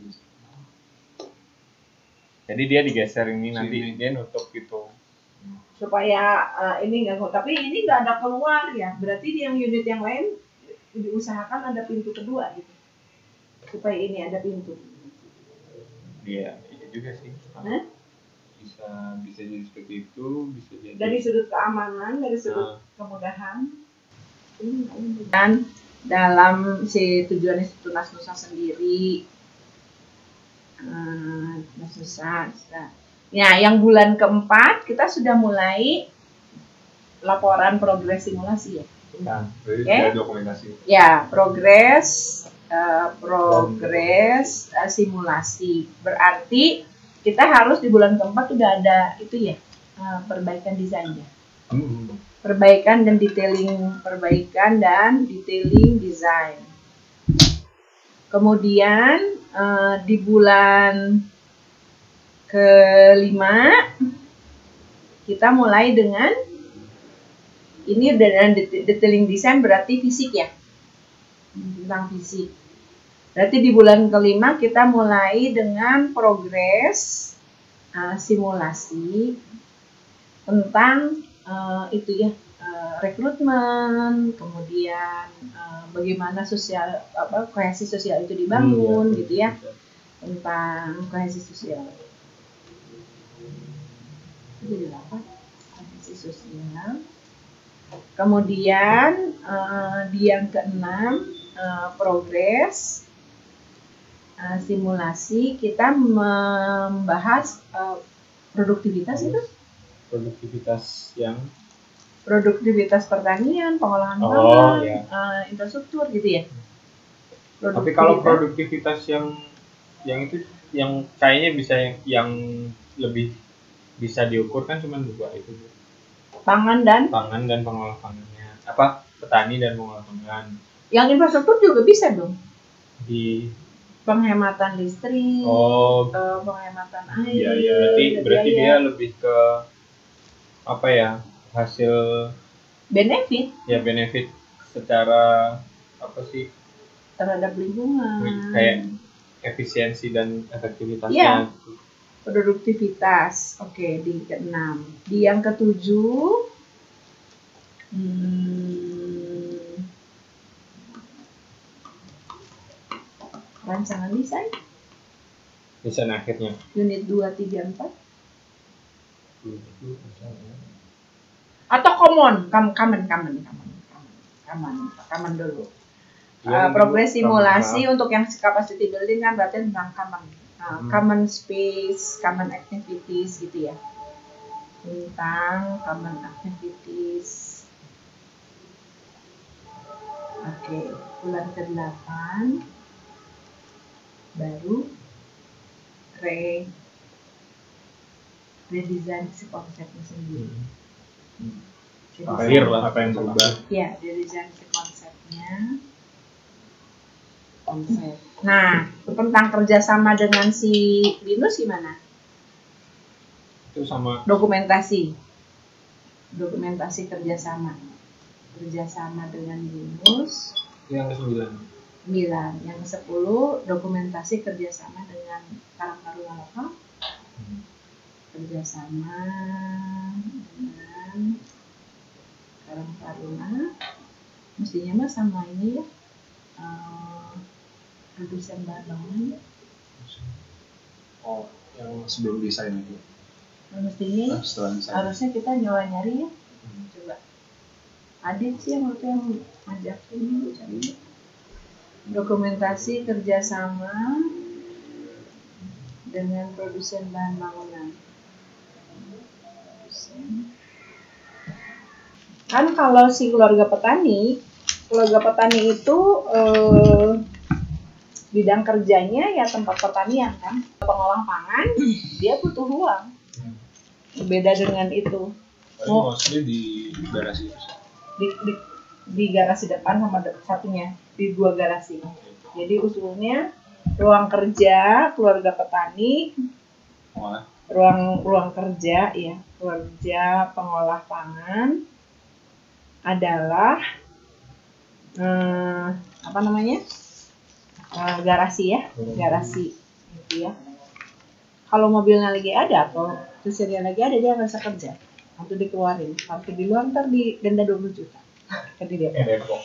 Jadi dia digeser ini Sini. Nanti dia nutup gitu. Supaya uh, ini nggak, tapi ini nggak ada keluar ya. Berarti di yang unit yang lain diusahakan ada pintu kedua gitu. Supaya ini ada pintu. Iya, iya juga sih. Hah? Bisa bisa jadi seperti itu, bisa jadi. Dari sudut keamanan, dari sudut nah. kemudahan. Dan dalam si tujuan Institut Nasnusa sendiri, uh, Nasnusa, ya yang bulan keempat kita sudah mulai laporan progres simulasi ya. Nah, jadi okay? Ada dokumentasi. Ya, progres, uh, progres uh, simulasi. Berarti kita harus di bulan keempat sudah ada itu ya, uh, perbaikan desainnya. Hmm. Perbaikan dan detailing, perbaikan dan detailing desain. Kemudian uh, di bulan kelima kita mulai dengan ini dengan detailing desain berarti fisik ya, tentang fisik. Berarti di bulan kelima kita mulai dengan progres uh, simulasi tentang uh, itu ya, uh, rekrutmen, kemudian uh, bagaimana sosial apa kohesi sosial itu dibangun hmm, ya, gitu ya, tentang kohesi sosial. Jadi apa? Kohesi sosial. Kemudian uh, di yang keenam uh, progres uh, simulasi kita membahas uh, produktivitas itu. Produktivitas yang produktivitas pertanian, pengolahan oh, pangan, ya. uh, infrastruktur gitu ya. Tapi kalau produktivitas yang yang itu yang kayaknya bisa yang, yang lebih bisa diukur kan cuma dua itu. pangan dan pangan dan pengolah pangannya. Apa? Petani dan pengolah pangan. yang infrastruktur juga bisa dong. Di Penghematan listrik, oh eh, penghematan air. iya iya berarti berarti biaya. dia lebih ke apa ya? Hasil Benefit ya benefit secara apa sih? terhadap lingkungan. Kayak efisiensi dan efektivitasnya. Iya. Produktivitas. Oke, di keenam. Di yang ketujuh, hmm, rancangan desain. Desain akhirnya. Unit dua, tiga, empat. Atau common, common, common, common, common, common, common dulu. Uh, progres simulasi untuk yang capacity building kan berarti tentang common, uh, hmm. common space, common activities gitu ya. Tentang common activities. Oke, okay. Bulan kedelapan baru re redesign si konsepnya sendiri. Hmm. Akhir lah apa yang berubah. Ya, redesign si konsepnya. Konsep. Nah, tentang kerjasama dengan si Linus gimana? Itu sama Dokumentasi. Dokumentasi kerjasama. Kerjasama dengan Linus. yang kesembilan. sembilan. Yang ke sepuluh dokumentasi kerjasama dengan Karang Taruna lokal. Hmm. Kerjasama dengan Karang Taruna. Mestinya mah sama ini ya. Uh, produsen bahan bangunan. Oh, yang sebelum desain itu. Nah, mestinya Nah, setelah desain. harusnya kita nyawa nyari ya. Hmm. Coba. Adit sih yang waktu yang ngajak ini gue cari. Dokumentasi kerjasama dengan produsen bahan bangunan. Produsen. Kan kalau si keluarga petani, keluarga petani itu eh, bidang kerjanya ya tempat pertanian kan. Pengolah pangan dia butuh ruang. Beda dengan itu. Oh, mostly di garasi itu. Di, di, di garasi depan sama de, satunya di dua garasi. Jadi usulnya ruang kerja keluarga petani, Oh, ruang ruang kerja ya kerja pengolah pangan adalah eh, apa namanya eh, garasi ya garasi gitu ya. Kalau mobilnya lagi ada atau tusirnya lagi ada dia nggak bisa kerja atau dikeluarin parkir di luar ntar di denda dua puluh juta kan dia Depok.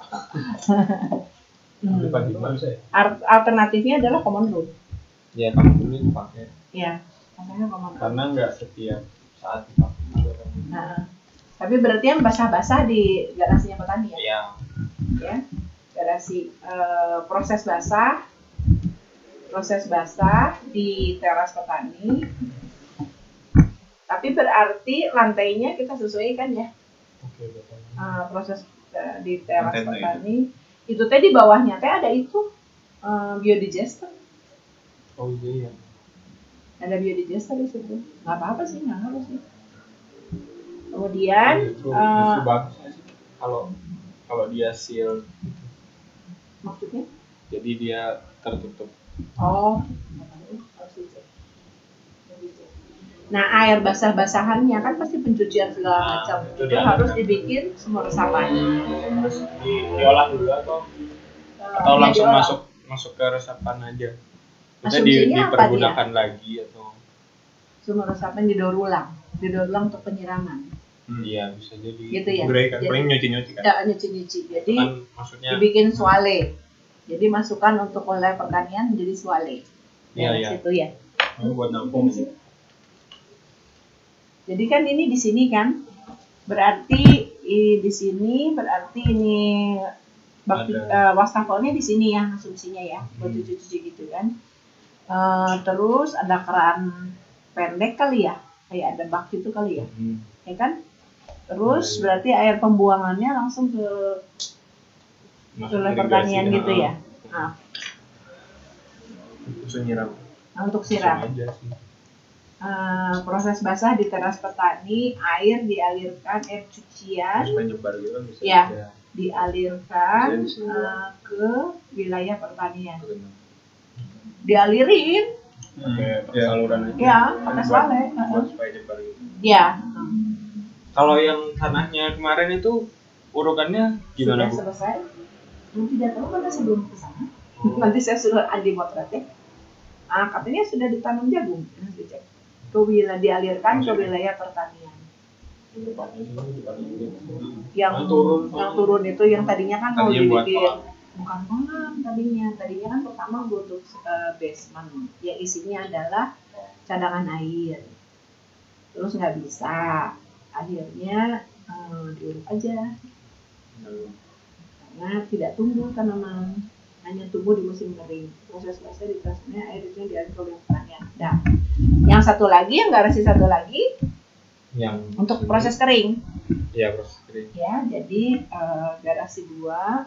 hmm. Di mana sih? Alternatifnya adalah common room Ya kamu dulu dipakai. ya makanya common room Karena nggak setiap saat dipakai. nah, tapi berarti yang basah-basah di garasinya petani ya? Iya. Ya, garasi eh, proses basah, proses basah di teras petani. Tapi berarti lantainya kita sesuaikan ya. Oke, betul. Uh, proses uh, di teras Lantainya petani itu. itu teh di bawahnya teh ada itu uh, biodigester. Oh iya. Ada biodigester di situ. Nggak apa-apa sih, nggak harus sih. Kemudian Justru, uh, justru bagus sih kalau kalau dia seal gitu. Maksudnya? Jadi dia tertutup. Oh, harus dicek. Nah, air basah-basahannya kan pasti pencucian segala macam. Nah, itu Itu dia. harus dibikin sumur resapan. Harus di, diolah dulu atau Uh, atau ya, langsung diolah. masuk masuk ke resapan aja. Kita di, Asumsinya apa dipergunakan lagi atau Sumur resapan didaur ulang, didaur ulang untuk penyiraman. iya hmm. bisa jadi. Gitu ya. Gurih kan, Jadi, paling nyuci-nyuci kan. Ya, nyuci-nyuci. Jadi kan maksudnya dibikin swale. Jadi masukkan untuk wilayah pertanian menjadi swale. Iya, Nah, iya. situ ya. oh, buat nampung sih. Jadi kan ini di sini kan, berarti i, di sini berarti ini bakti, uh, wastafelnya di sini ya asumsinya ya, buat Hmm. cuci-cuci gitu kan. Uh, terus ada keran pendek kali ya, kayak ada bak itu kali ya, Hmm. ya kan? Terus Hmm. berarti air pembuangannya langsung ke wilayah pertanian gitu ya. Nah, Langsung nyiram. nah, untuk siram. Aja sih. eh, proses basah di teras petani, air dialirkan, air cucian supaya nyebar gitu kan bisa. Ya. Ya. dialirkan Bisa di sini eh, ke wilayah pertanian. Betul. Dialirin, Pakai pakai Ya. saluran aja. ya, Kan pakai buat- saleh. buat supaya nyebar gitu. Ya, Kalau yang tanahnya kemarin itu urukannya gimana, sudah Bu? selesai. Hmm, Tidak tahu karena saya belum ke sana. Oh. Nanti saya suruh Andi motret ya. Ah, katanya sudah ditanam jagung. Nanti cek. Ke wilayah dialirkan ke wilayah pertanian. Di depannya sini, depannya juga. Yang Yang turun. yang turun itu yang tadinya kan mau Tadinya buat dibikin kolam. bukan kolam tadinya. Tadinya kan pertama butuh eh, basement yang isinya adalah cadangan air. Terus nggak bisa. Akhirnya eh, diuruk aja karena tidak tumbuh tanaman, hanya tumbuh di musim kering. Proses basah di tasnya air itu dialirkan ke wilayah pertanian. Nah, yang satu lagi yang garasi satu lagi Yang untuk sini. proses kering. Iya, proses kering. Ya, jadi eh, garasi dua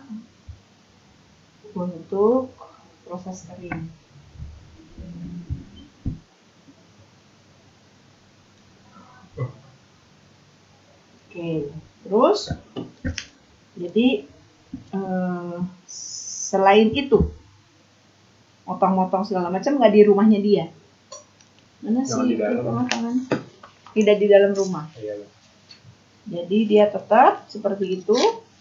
untuk proses kering. Oke, terus jadi eh, selain itu motong-motong segala macam nggak di rumahnya dia. Mana Jangan sih di dalam. pemotongan? Tidak di dalam rumah. Iya. Jadi dia tetap seperti itu.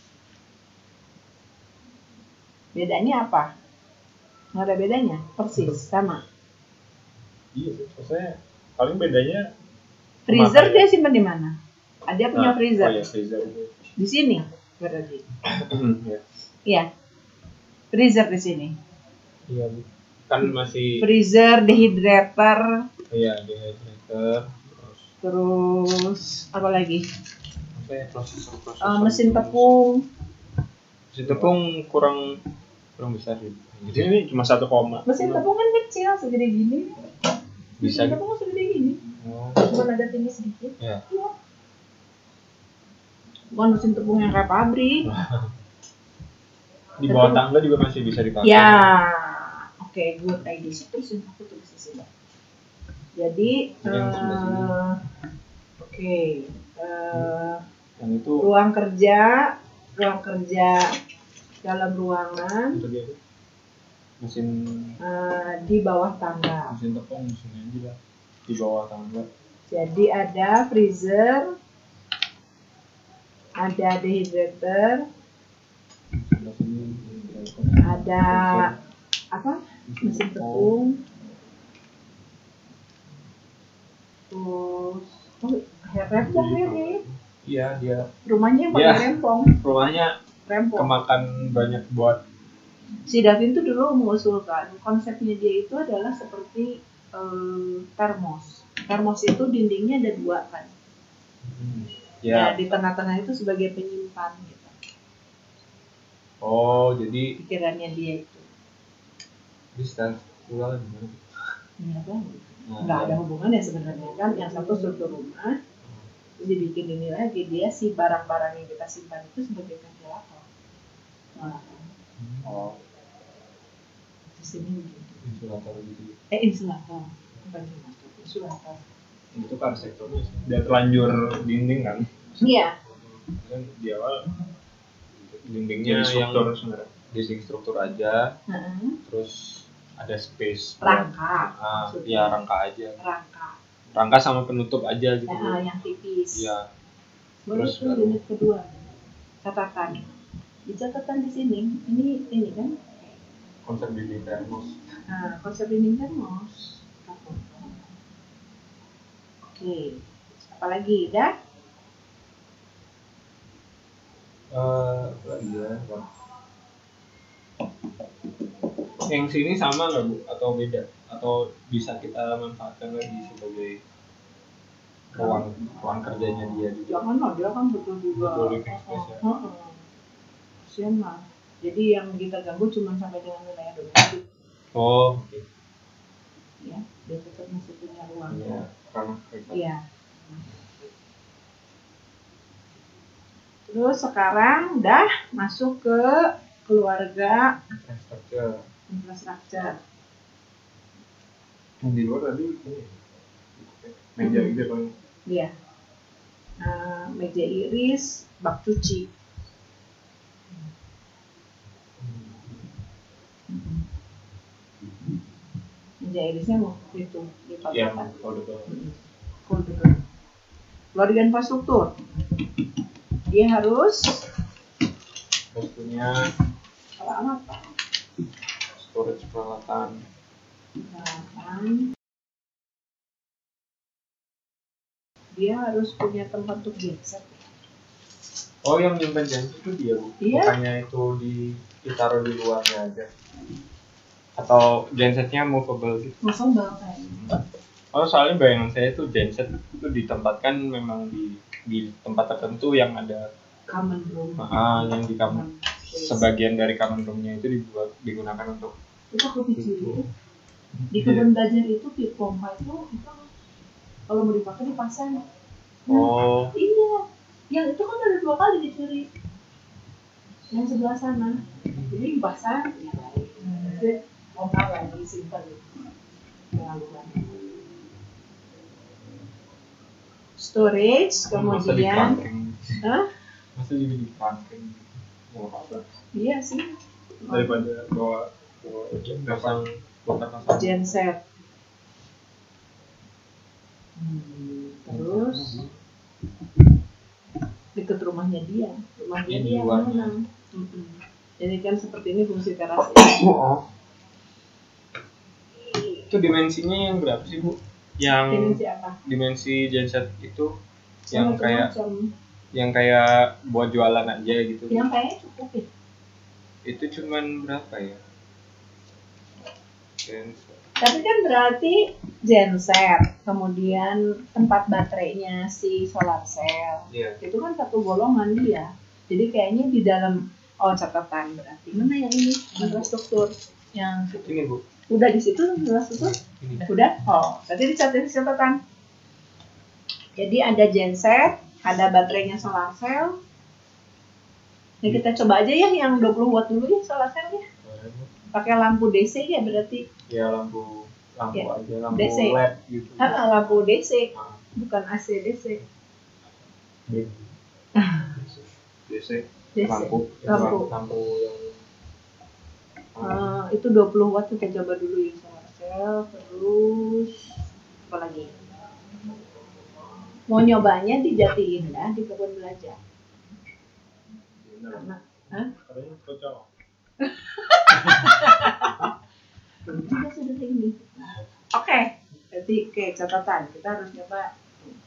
Bedanya apa? Nggak ada bedanya, persis sama. Iya, sih. Maksudnya paling bedanya Freezer Makanya. dia simpan di mana? Ah, dia punya Nah, freezer. Oh iya, freezer itu. Di sini berarti. Iya. Iya. Freezer di sini. Iya, Bu. Kan masih Freezer, dehydrator, iya, dehydrator, terus terus apa lagi? apa ya, proses-proses Eh, mesin tepung. Mesin tepung kurang kurang besar sih. Jadi ini cuma satu koma. Mesin tepung kan kecil, segede gini. Bisa Mesin gitu. tepung kan segede gini. Oh, Cuma ada tinggi sedikit. ya. Iya. Bukan mesin tepung yang kayak pabrik. Di bawah tangga juga masih bisa dipakai. Ya, oke, good idea. Terus aku tulis di sini. Jadi, Yang sebelah sini. eh, oke, eh, Yang itu ruang kerja, ruang kerja dalam ruangan itu dia tuh. Mesin eh, di bawah tangga. mesin tepung mesinnya aja lah di bawah tangga. Jadi ada freezer, ada dehydrator, Sebelah sini ada apa? Mesin tepung. Terus, oh, rempong ya nih. Iya, dia Rumahnya pakai Iya. rempong, rumahnya rempong. kemakan banyak buat Si Davin tuh dulu mengusulkan konsepnya dia itu adalah seperti eh, termos. Termos itu dindingnya ada dua kan. Ya, ya. di tengah-tengah itu sebagai penyimpan gitu. Oh, jadi Pikirannya dia itu. bisa ulang gimana? Ya, kan? Nah, Nggak ada ya. hubungannya sebenarnya kan. Yang satu struktur rumah, terus dibikin ini lagi dia si barang-barang yang kita simpan itu sebagai ventilator. Nah, Oh, di sini gitu. insulator gitu. Eh insulator, bukan insulator, insulator. Itu kan sektornya udah terlanjur dinding kan? Iya. Kan di awal dindingnya Jadi yang struktur sebenarnya. dinding struktur aja, Heeh. terus ada space buat- Rangka, ah, maksudnya. ya rangka aja, Rangka. rangka sama penutup aja gitu. Nah, yang tipis. Iya. Boleh Terus tuh baru- unit kedua. Catatan. Di catatan di sini, ini ini kan. Konsep dinding termos. Nah, konsep dinding termos. Oke. Apa lagi? Dah? Eh, apa lagi ya? Bang? Yang sini sama nggak Bu? Atau beda? Atau bisa kita manfaatkan lagi sebagai ruang ruang kerjanya dia juga? Jangan lah, dia kan betul juga. Betul living space ya. Heeh. Kasian lah. Jadi yang kita ganggu cuma sampai dengan wilayah domestik. Oh, oke. Ya, dia tetap masih punya ruang. Iya, ranah privat. Iya. Terus sekarang udah masuk ke keluarga Infrastruktur. infrastruktur. Yang di luar tadi ini. meja Hmm. gitu kan. Iya. Nah, meja iris, bak cuci. Hmm. Meja irisnya mau itu Yang lipat-lipat. foldable. Hmm. Foldable. Keluarga infrastruktur, dia harus Terus punya peralatan, storage peralatan. peralatan. Dia harus punya tempat untuk genset. Oh, yang nyimpen genset itu dia, Bu? Iya. Bukannya itu di ditaruh di luarnya aja? Atau gensetnya movable gitu? Movable kayaknya. Oh, soalnya bayangan saya itu genset itu ditempatkan memang di di tempat tertentu yang ada Common room. ah, yang di kamar. Common space. Sebagian dari common room-nya itu dibuat digunakan untuk Itu aku pikirin. itu. Di kebun belajar itu di pompa itu itu kalau mau dipakai dipasang. Nah, Oh, iya. Yang itu kan ada dua kali dicuri. Yang sebelah sana. Jadi dipasang. Ya baik. Jadi pompa lagi simpan gitu. Pengaluan. Storage, masa di kemudian, pranking? hah? Masa juga di pranking? Mau apa? Iya sih. Daripada bawa bawa pasang bongkar pasang. Genset. Hmm, terus deket rumahnya dia, rumahnya Di dia luarnya. mana? Mm-mm. Jadi kan seperti ini fungsi teras. Oh. Itu dimensinya yang berapa sih, Bu? Yang Dimensi apa? dimensi genset itu yang kayak Macam-macam. yang kayak buat jualan aja gitu. Yang kayaknya cukup ya. Itu cuman berapa ya? Genset. Tapi kan berarti genset, kemudian tempat baterainya si solar cell. Iya. Itu kan satu golongan dia. Jadi kayaknya di dalam oh catatan berarti mana yang ini infrastruktur yang Ini, Bu. udah di situ infrastruktur Ini. udah oh berarti dicatat di catatan. Jadi ada genset, ada baterainya solar cell. Nah, kita coba aja ya yang dua puluh watt dulu ya solar cellnya. Pakai lampu D C ya berarti. Ya lampu lampu Ya, aja lampu D C. L E D gitu. Ha, lampu D C, Ah, bukan A C D C. D C D C. lampu Lampu. lampu yang Uh, itu dua puluh watt kita coba dulu ya solar cell, terus apa lagi? Mau nyobanya di Jati Indah di kebun belajar. Karena, hah? katanya cocok. Juga sudah ini. Oke, jadi oke catatan kita harus nyoba.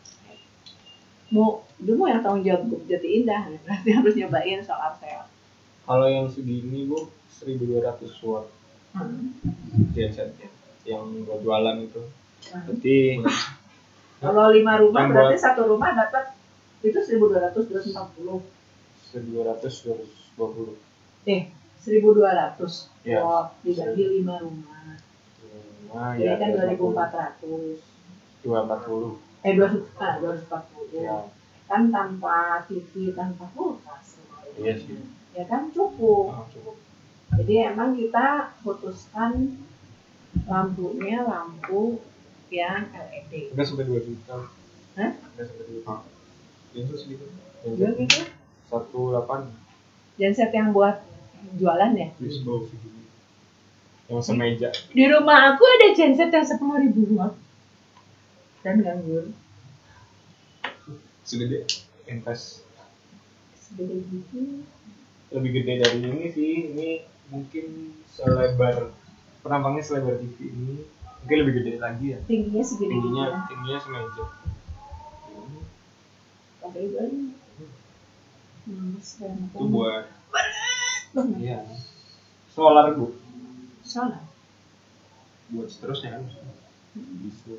Mau, dia mau yang tanggung jawab Jati Indah, berarti harus nyobain solar cell. Kalau yang segini, Bu, seribu dua ratus watt Hmm. gensetnya yang buat jualan itu. Hmm. Berarti Kalau lima rumah yang berarti buat- satu rumah dapat itu seribu dua ratus, dua ratus empat puluh. seribu dua ratus, dua ratus dua puluh. Eh, seribu dua ratus Ya. watt dibagi lima rumah. Nah, Jadi ya, kan dua ribu empat ratus. dua ratus empat puluh. Eh, dua ratus, ah, dua ratus empat puluh. Ya. Kan tanpa T V, tanpa kulkas. Iya sih. Ya kan cukup. Ah, cukup. Jadi emang kita putuskan lampunya lampu yang L E D. Enggak sampai dua juta. Hah? Enggak sampai dua juta. Itu segitu. Jual gitu? satu delapan. Genset yang buat jualan ya? Disco segini. Yang semeja. Di rumah aku ada genset yang sepuluh ribu watt. Dan gangguan. Segede invest. Segede gitu. Lebih gede dari ini sih. Ini mungkin selebar penampangnya selebar T V ini. Mungkin lebih gede lagi ya. Tingginya segede Tingginya gitu. tingginya semeja. Pakai banyak. Hmm, sekarang Itu buat banget. iya. Solar, Bu. Soalnya Buat seterusnya kan. Bisa.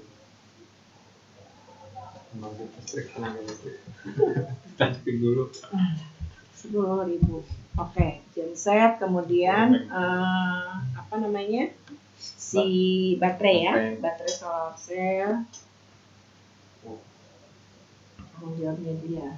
Membangkit listrik tenaga listrik. Statik dulu. sepuluh ribu. Oke, genset, kemudian eh, apa namanya si baterai ya, Baterai. baterai solar cell. Oh. Tanggung jawabnya dia.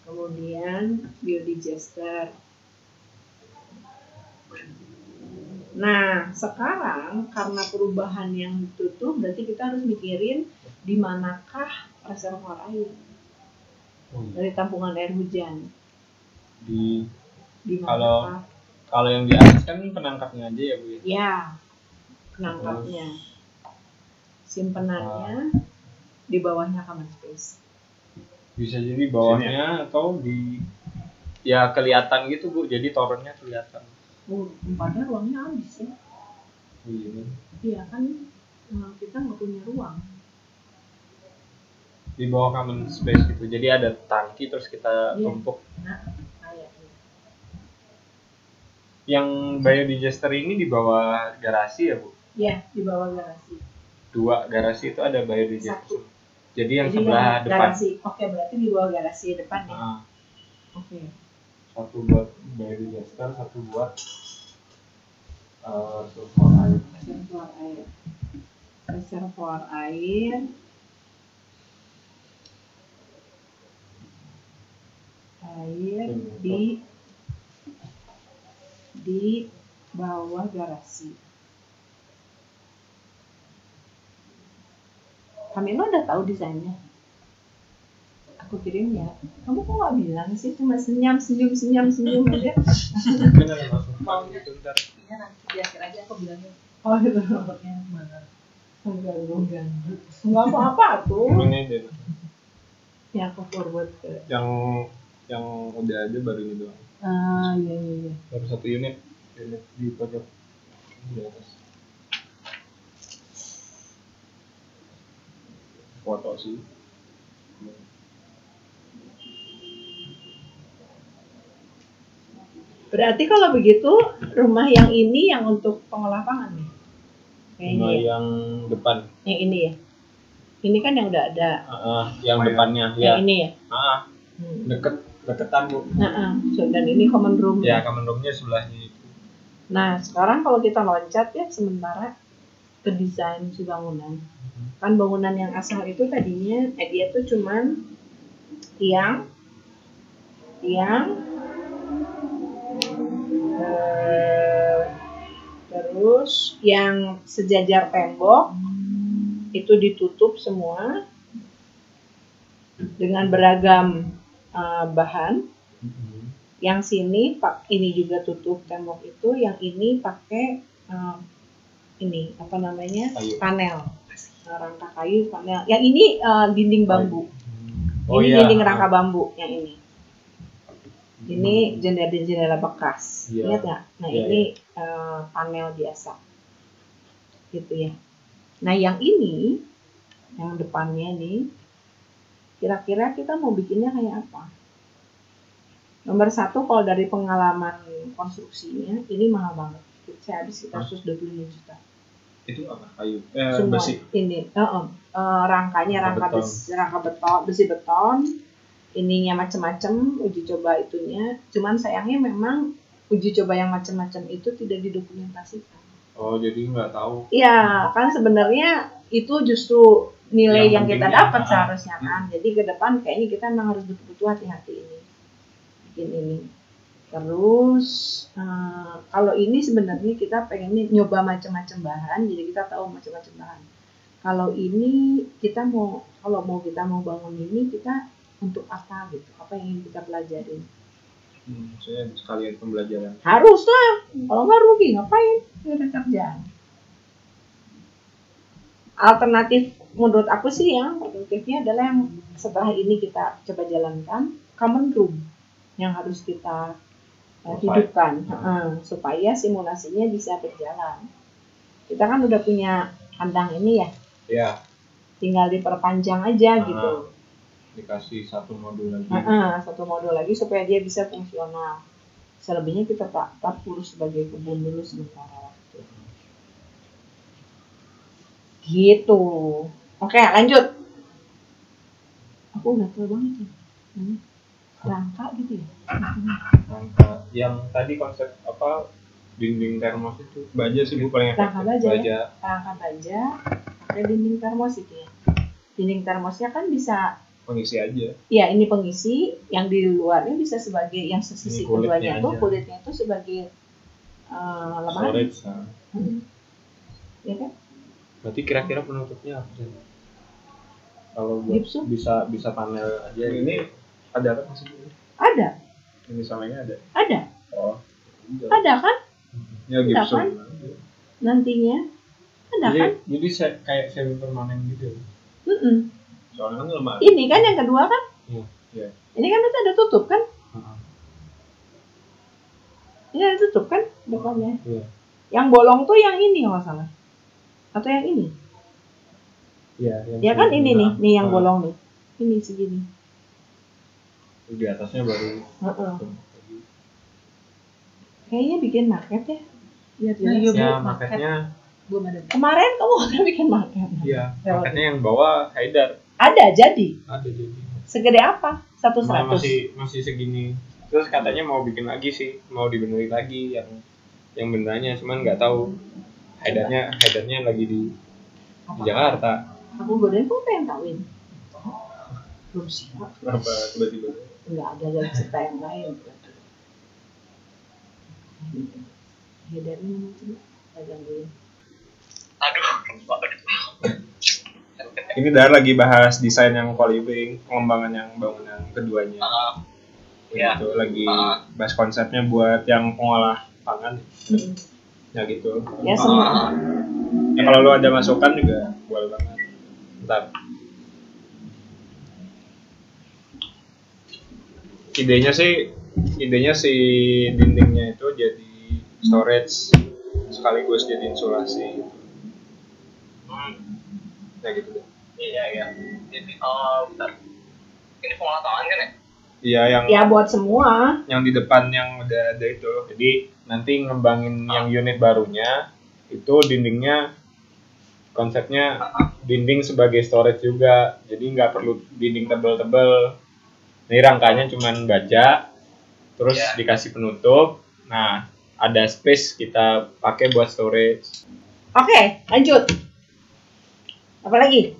Kemudian biodigester. Nah, sekarang karena perubahan yang ditutup, berarti kita harus mikirin di manakah reservoir air dari tampungan air hujan. Di Di Kalau- manakah? kalau yang di atas kan penangkapnya aja ya Bu ya. Ya, penangkapnya. Simpenannya di bawahnya common space. Bisa jadi bawahnya atau di ya kelihatan gitu Bu, jadi torennya kelihatan. Oh, padahal ruangnya habis ya. Iya. Iya kan, eh, kita nggak punya ruang. Di bawah common space gitu. Jadi ada tangki terus kita Iya. tumpuk. Nah, kayaknya. Yang biodigester ini di bawah garasi ya Bu? Iya, di bawah garasi. Dua garasi itu ada biodigestor. Satu. Jadi yang Jadi sebelah yang depan. garasi. Oke, berarti di bawah garasi depan ya. Nah, Oke. satu buat biodigestor, satu buat uh, reservoir air. Reservoir air. Reservoir air. Air di di bawah garasi. Kamilo udah tahu desainnya. Aku kirim ya. Kamu kok nggak bilang sih, cuma senyum senyum senyum senyum aja. Bener langsung Mau gitu ntar. Iya nanti di akhir aja aku bilangnya Oh itu nomornya mana. enggak enggak enggak apa-apa tuh. Turunnya deh. Ya aku forward ke. Yang yang udah ada baru ini doang. Ah iya iya iya. Baru satu unit, unit di pojok di atas. Foto sih. Berarti kalau begitu rumah yang ini yang untuk pengolah pangan nih. Kayaknya Rumah ya. yang depan. Yang ini ya. Ini kan yang udah ada. Ah, ah, yang Oh, ya. depannya Yang ya. ini ya. Ah, Hmm. deket deketan Bu. Nah, ah. So, dan ini common room. Ya, common room-nya sebelahnya itu. Nah, sekarang kalau kita loncat ya sementara ke desain si bangunan. Kan bangunan yang asal itu tadinya eh, dia tuh cuman tiang, tiang, eh, terus yang sejajar tembok itu ditutup semua dengan beragam eh, bahan. Yang sini pak ini juga tutup tembok itu, yang ini pakai eh, ini apa namanya Kayu. panel, Nah, rangka kayu panel. Yang ini eh, dinding bambu. Oh ini iya. dinding rangka bambu yang ini. Ini jendela-jendela bekas. Iya. Lihat nggak? Nah Iya, ini eh, panel biasa, gitu ya. Nah yang ini, yang depannya nih, kira-kira kita mau bikinnya kayak apa? Nomor satu, kalau dari pengalaman konstruksinya, ini mahal banget. Saya habis sekitar seratus dua puluh lima juta. Itu apa? Kayu. Eh, Semua besi. ini, eh, eh, eh, rangkanya Rangka rangka beton. besi, rangka beton, besi beton. Ininya macam-macam uji coba itunya. Cuman sayangnya memang uji coba yang macam-macam itu tidak didokumentasikan. Oh, jadi nggak tahu. Iya, kan sebenarnya itu justru nilai Yang yang, kita pentingnya, dapat ah. seharusnya kan. Jadi ke depan kayaknya kita memang harus betul-betul hati-hati ini. Bikin ini. Terus eh, kalau ini sebenarnya kita pengennya nyoba macam-macam bahan, jadi kita tahu macam-macam bahan. Kalau ini kita mau, kalau mau kita mau bangun ini kita untuk apa gitu? Apa yang ingin kita pelajarin? Hmm, saya sekalian pembelajaran. Harus lah, kalau nggak rugi ngapain? Nggak ada kerjaan. Alternatif menurut aku sih yang produktifnya adalah yang setelah ini kita coba jalankan common room yang harus kita uh, hidupkan uh, supaya simulasinya bisa berjalan. Kita kan udah punya kandang ini ya, Ya, tinggal diperpanjang aja Ah. gitu. dikasih satu modul lagi. Uh, uh, satu modul lagi supaya dia bisa fungsional. Selebihnya kita tak tetap urus sebagai kebun dulu sementara waktu. Gitu. Oke, lanjut. Aku udah tahu banget ya. Hmm. Rangka gitu ya. Rangka yang tadi konsep apa dinding termos itu Baja sih Bu paling Rangka efektif. baja, baja. ya. Rangka baja pakai dinding termos itu ya. Dinding termosnya kan bisa, Pengisi aja. ya ini pengisi, yang di luarnya bisa sebagai yang sisi Ini kulitnya keduanya itu aja. kulitnya itu sebagai uh, lemari. Storage. Nah. Hmm. Ya kan? Berarti kira-kira penutupnya apa sih? Kalau buat Gipsum? bisa bisa panel aja Ini ada apa maksudnya? Ada, Ini samanya ada. ada, Oh. ada kan? Ya Ada gipsum. kan? Nantinya ada jadi, kan? jadi se- kayak semi permanen gitu. Mm-mm. Soalnya kan lemari. Ini kan yang kedua kan? Iya. Iya. Ini kan berarti ada tutup kan? Heeh. Ini ada tutup kan depannya? Iya. Yang bolong tuh yang ini nggak salah? Atau yang ini? Iya. yang Ya kan semi- ini nih, nah, nih yang nah, bolong nih. Ini segini. Di atasnya baru. Heeh. Kayaknya bikin market ya. Lihat Nah, ya. iya, Bu, Ya market. makanya. Belum ada. Kemarin kamu udah bikin market. Iya. Lewat. Makanya yang bawah Haidar. Ada jadi. Ada jadi. Segede apa? Satu Ma- seratus. masih masih segini. Terus katanya mau bikin lagi sih, mau dibenerin lagi yang yang benernya, cuman nggak tahu. Haidarnya Haidarnya lagi di, di Jakarta. Aku godain kamu pengen kawin. Belum siap. Kenapa tiba-tiba? Enggak ada ada cerita yang lain. Ya dari mana coba? Pegang dulu. Ini Dar lagi bahas desain yang co-living, pengembangan yang bangunan keduanya. Ya. Itu lagi bahas konsepnya buat yang pengolah pangan. Mm-mm. Ya gitu. Ya semua. Ya kalau lu ada masukan juga boleh banget. Ntar. Idenya sih, idenya si dindingnya itu jadi storage sekaligus jadi insulasi gitu. Hmm. Ya gitu deh. Iya, iya. Jadi, oh, bentar. Ini pengolah tangan kan ya? Iya yang Ya buat semua. yang di depan yang udah ada itu. Jadi nanti ngembangin yang unit barunya itu dindingnya konsepnya dinding sebagai storage juga. Jadi nggak perlu dinding tebel-tebel. Ini rangkanya cuman baja, terus Ya. dikasih penutup. Nah, ada space kita pakai buat storage. Oke, lanjut. Apa lagi?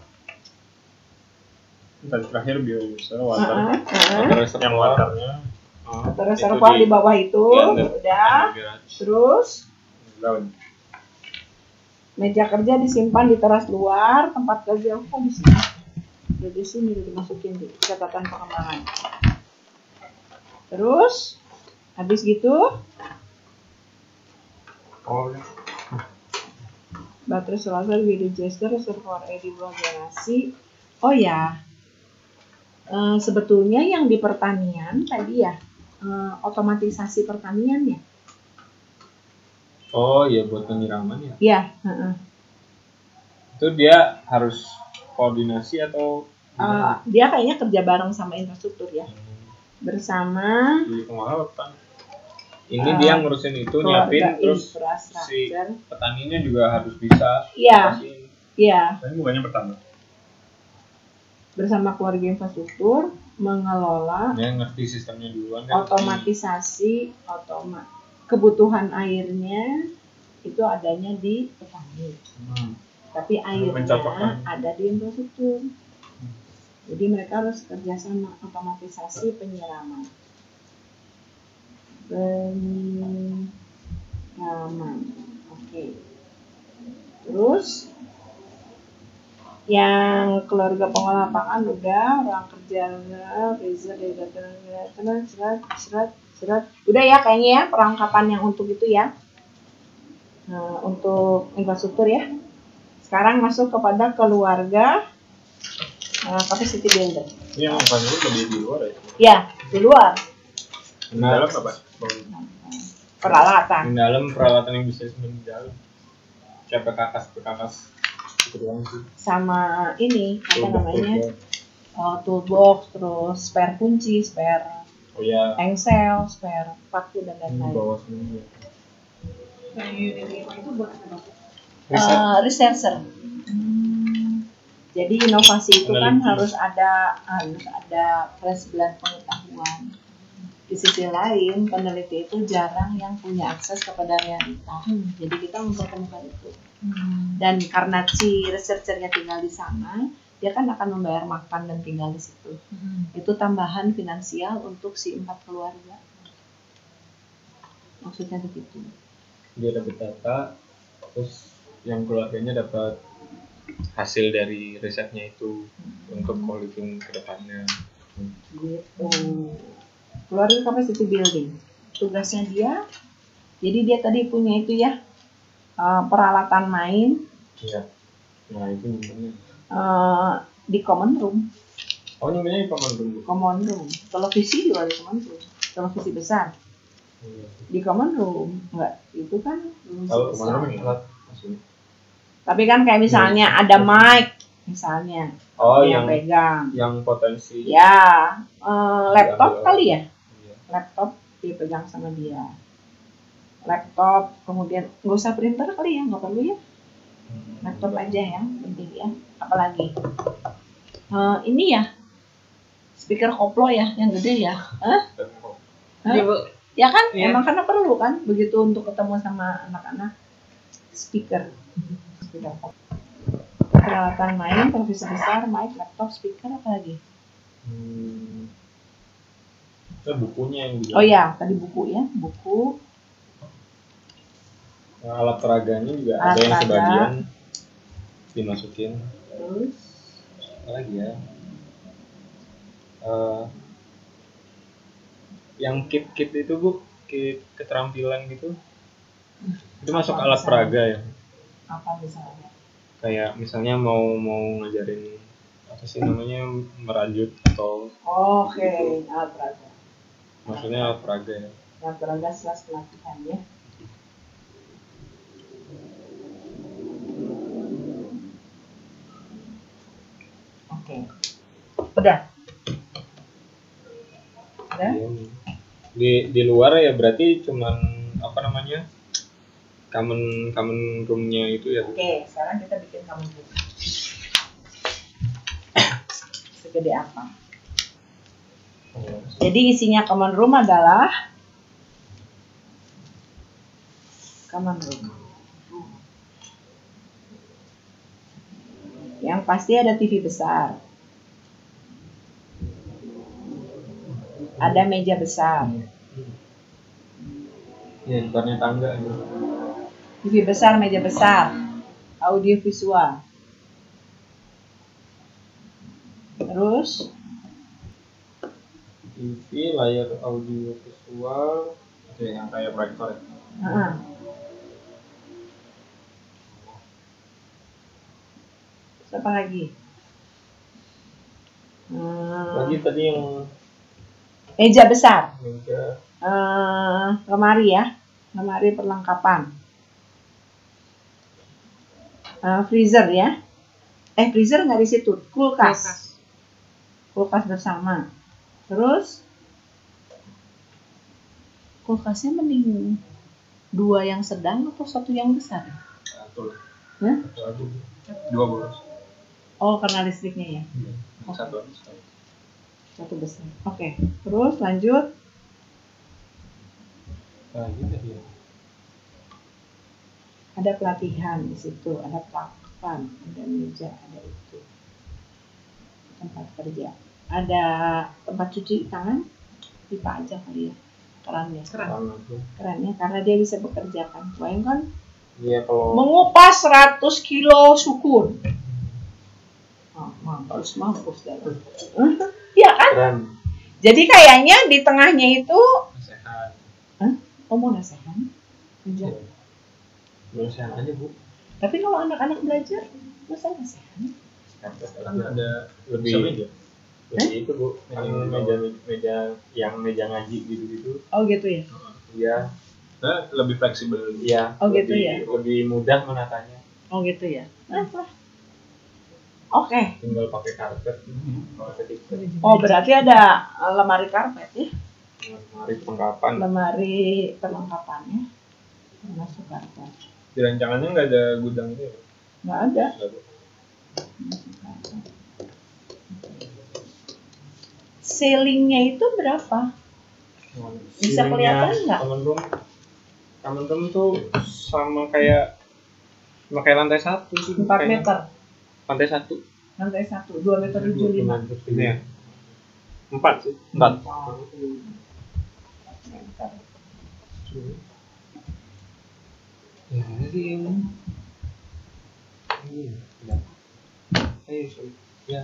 Tadi terakhir biodiesel Uh-uh, water. uh-uh. Water Yang reservoir. waternya Oh, Atau itu reservoir di, bawah itu. di under- Udah. under garage. Terus laut. meja kerja disimpan di teras luar, tempat kerja kok di sini. Udah di sini udah dimasukin di catatan pengembangan. Terus habis gitu Oh, baterai solar biodigestor reservoir air di bawah garasi. Oh ya, eh, sebetulnya yang di pertanian tadi ya eh, otomatisasi pertanian ya. oh iya buat penyiraman ya. Ya, heeh. Itu dia harus koordinasi atau Eh, dia kayaknya kerja bareng sama infrastruktur ya, bersama di pengolah apa? Ini Ah, dia ngurusin itu nyiapin keluarga terus si infrastruktur. petaninya juga harus bisa. Iya, kasih- iya, Ini bukannya pertama. bersama keluarga infrastruktur mengelola Dia ngerti sistemnya duluan kan. otomatisasi otoma kebutuhan airnya itu adanya di petani, Hmm. tapi airnya Mencocokkan. ada di infrastruktur. Jadi mereka harus kerjasama otomatisasi penyiraman. Penyiraman, oke. Terus yang keluarga pengolah pangan udah, orang kerja udah, freezer udah, serat, serat, serat, serat. Udah ya kayaknya ya perlengkapan yang untuk itu ya. Nah, untuk infrastruktur ya. Sekarang masuk kepada keluarga uh, capacity builder. Ini yang apa itu lebih di luar ya? Ya, di luar Di dalam apa? peralatan. Di dalam peralatan yang bisa sebenarnya di dalam. Kayak perkakas perkakas itu doang sih. Sama ini apa Toolbox, namanya toolbox. uh, toolbox, terus spare kunci, spare Oh ya. engsel, spare paku dan Ini lain-lain. bawa semua. Nah, unit lima itu buat apa? Riset. Uh, researcher. Jadi inovasi itu kan Peneliti. harus ada harus ada persediaan pengetahuan. Di sisi lain peneliti itu jarang yang punya akses kepada realita. Jadi kita mempertemukan itu. Dan karena si researchernya tinggal di sana, dia kan akan membayar makan dan tinggal di situ. Itu tambahan finansial untuk si empat keluarga. Maksudnya begitu. dia dapat data, terus yang keluarganya dapat hasil dari risetnya itu untuk co-living ke depannya. Gitu. Keluarga capacity building. Tugasnya dia, jadi dia tadi punya itu ya, uh, peralatan main Iya. Nah itu gimana? uh, di common room. Oh nyimpennya di common room. Common room. Televisi juga di common room. Televisi besar. Iya. Di common room. Enggak, itu kan televisi Kalau besar. common room yang alat maksudnya. Tapi kan kayak misalnya ada mic, misalnya. Oh yang yang pegang. yang potensi. Ya, uh, laptop Diambil. kali ya. Iya. Laptop dipegang sama dia. Laptop, kemudian nggak usah printer kali ya, nggak perlu ya. Laptop aja ya, penting ya. Apalagi uh, ini ya, speaker koplo ya, yang gede ya. Hah? Hah? Iya, Bu. Ya kan, Iya. emang karena perlu kan, begitu untuk ketemu sama anak-anak. Speaker, speaker koplo. Peralatan main, televisi besar, mic, laptop, speaker, apa lagi? Hmm. Itu bukunya yang bilang. Oh ya, tadi buku ya, buku. Nah, alat peraganya juga Alat ada yang peraga. sebagian dimasukin. Terus Apa lagi ya? Eh, yang kit-kit itu bu, kit keterampilan gitu, itu masuk Apa alat misalnya? peraga ya. apa misalnya? Kayak misalnya mau mau ngajarin apa sih namanya merajut atau Oke, alat peraga. maksudnya alat peraga ya. Alat peraga slash pelatihan ya. Oke. Udah. Udah? Iya. Di di luar ya berarti cuman apa namanya common common roomnya itu ya. Oke, sekarang kita bikin kamu dulu. Segede apa? Oh, Jadi isinya common room adalah common room. Yang pasti ada T V besar. Ada meja besar. ya depannya tangga gitu. T V besar, meja besar. Audio visual. Terus T V, layar audio visual, oke yang kayak proyektor ya. Heeh. Siapa lagi? Hmm, Lagi tadi yang meja besar, meja Eh, lemari ya, lemari perlengkapan, Eh, freezer ya, eh freezer nggak di situ, kulkas, kulkas bersama. Terus kulkasnya mending dua yang sedang atau satu yang besar? satu lah. Hah? Satu dua boros. Oh karena listriknya ya, Satu aja. Satu. satu besar. Oke, terus lanjut. Lagi tadi ya. Ada pelatihan di situ, ada papan, ada meja, ada itu. Tempat kerja. Ada tempat cuci tangan, pipa aja kali ya. Kerannya. Keran itu. Kerannya karena dia bisa bekerja kan. Bayangkan Iya kalau mengupas seratus kilo sukun. Oh, mampus, mampus dah. Iya kan? keran Jadi kayaknya di tengahnya itu, sehat. oh mau nasehan? Enggak. Belum sehat aja bu. Tapi kalau anak-anak belajar, masa nasehan? Kan ada lebih lebih itu bu, yang meja meja yang meja ngaji gitu gitu. Oh gitu ya? Iya. Nah, lebih fleksibel. Iya. Oh, gitu lebih- ya? Lebih mudah menatanya. Oh gitu ya? Nah, lah. Oke. Tinggal pakai karpet. Kalau ketika Oh berarti ada eh, lemari karpet ya? lemari perlengkapan. Lemari perlengkapannya termasuk karpet. Di rancangannya nggak ada gudang itu ya? Nggak ada. Nggak ada. Termasuk karpet. Ceilingnya itu berapa? Bisa kelihatan nggak? Common room, common room tuh sama kayak sama kayak lantai satu sih. Empat kayaknya. meter. Lantai satu. Lantai satu. Dua meter tujuh lima. Ini ya. Empat sih. Empat. meter. Mana sih ini? Ini. Udah. Eh, sorry. Ya.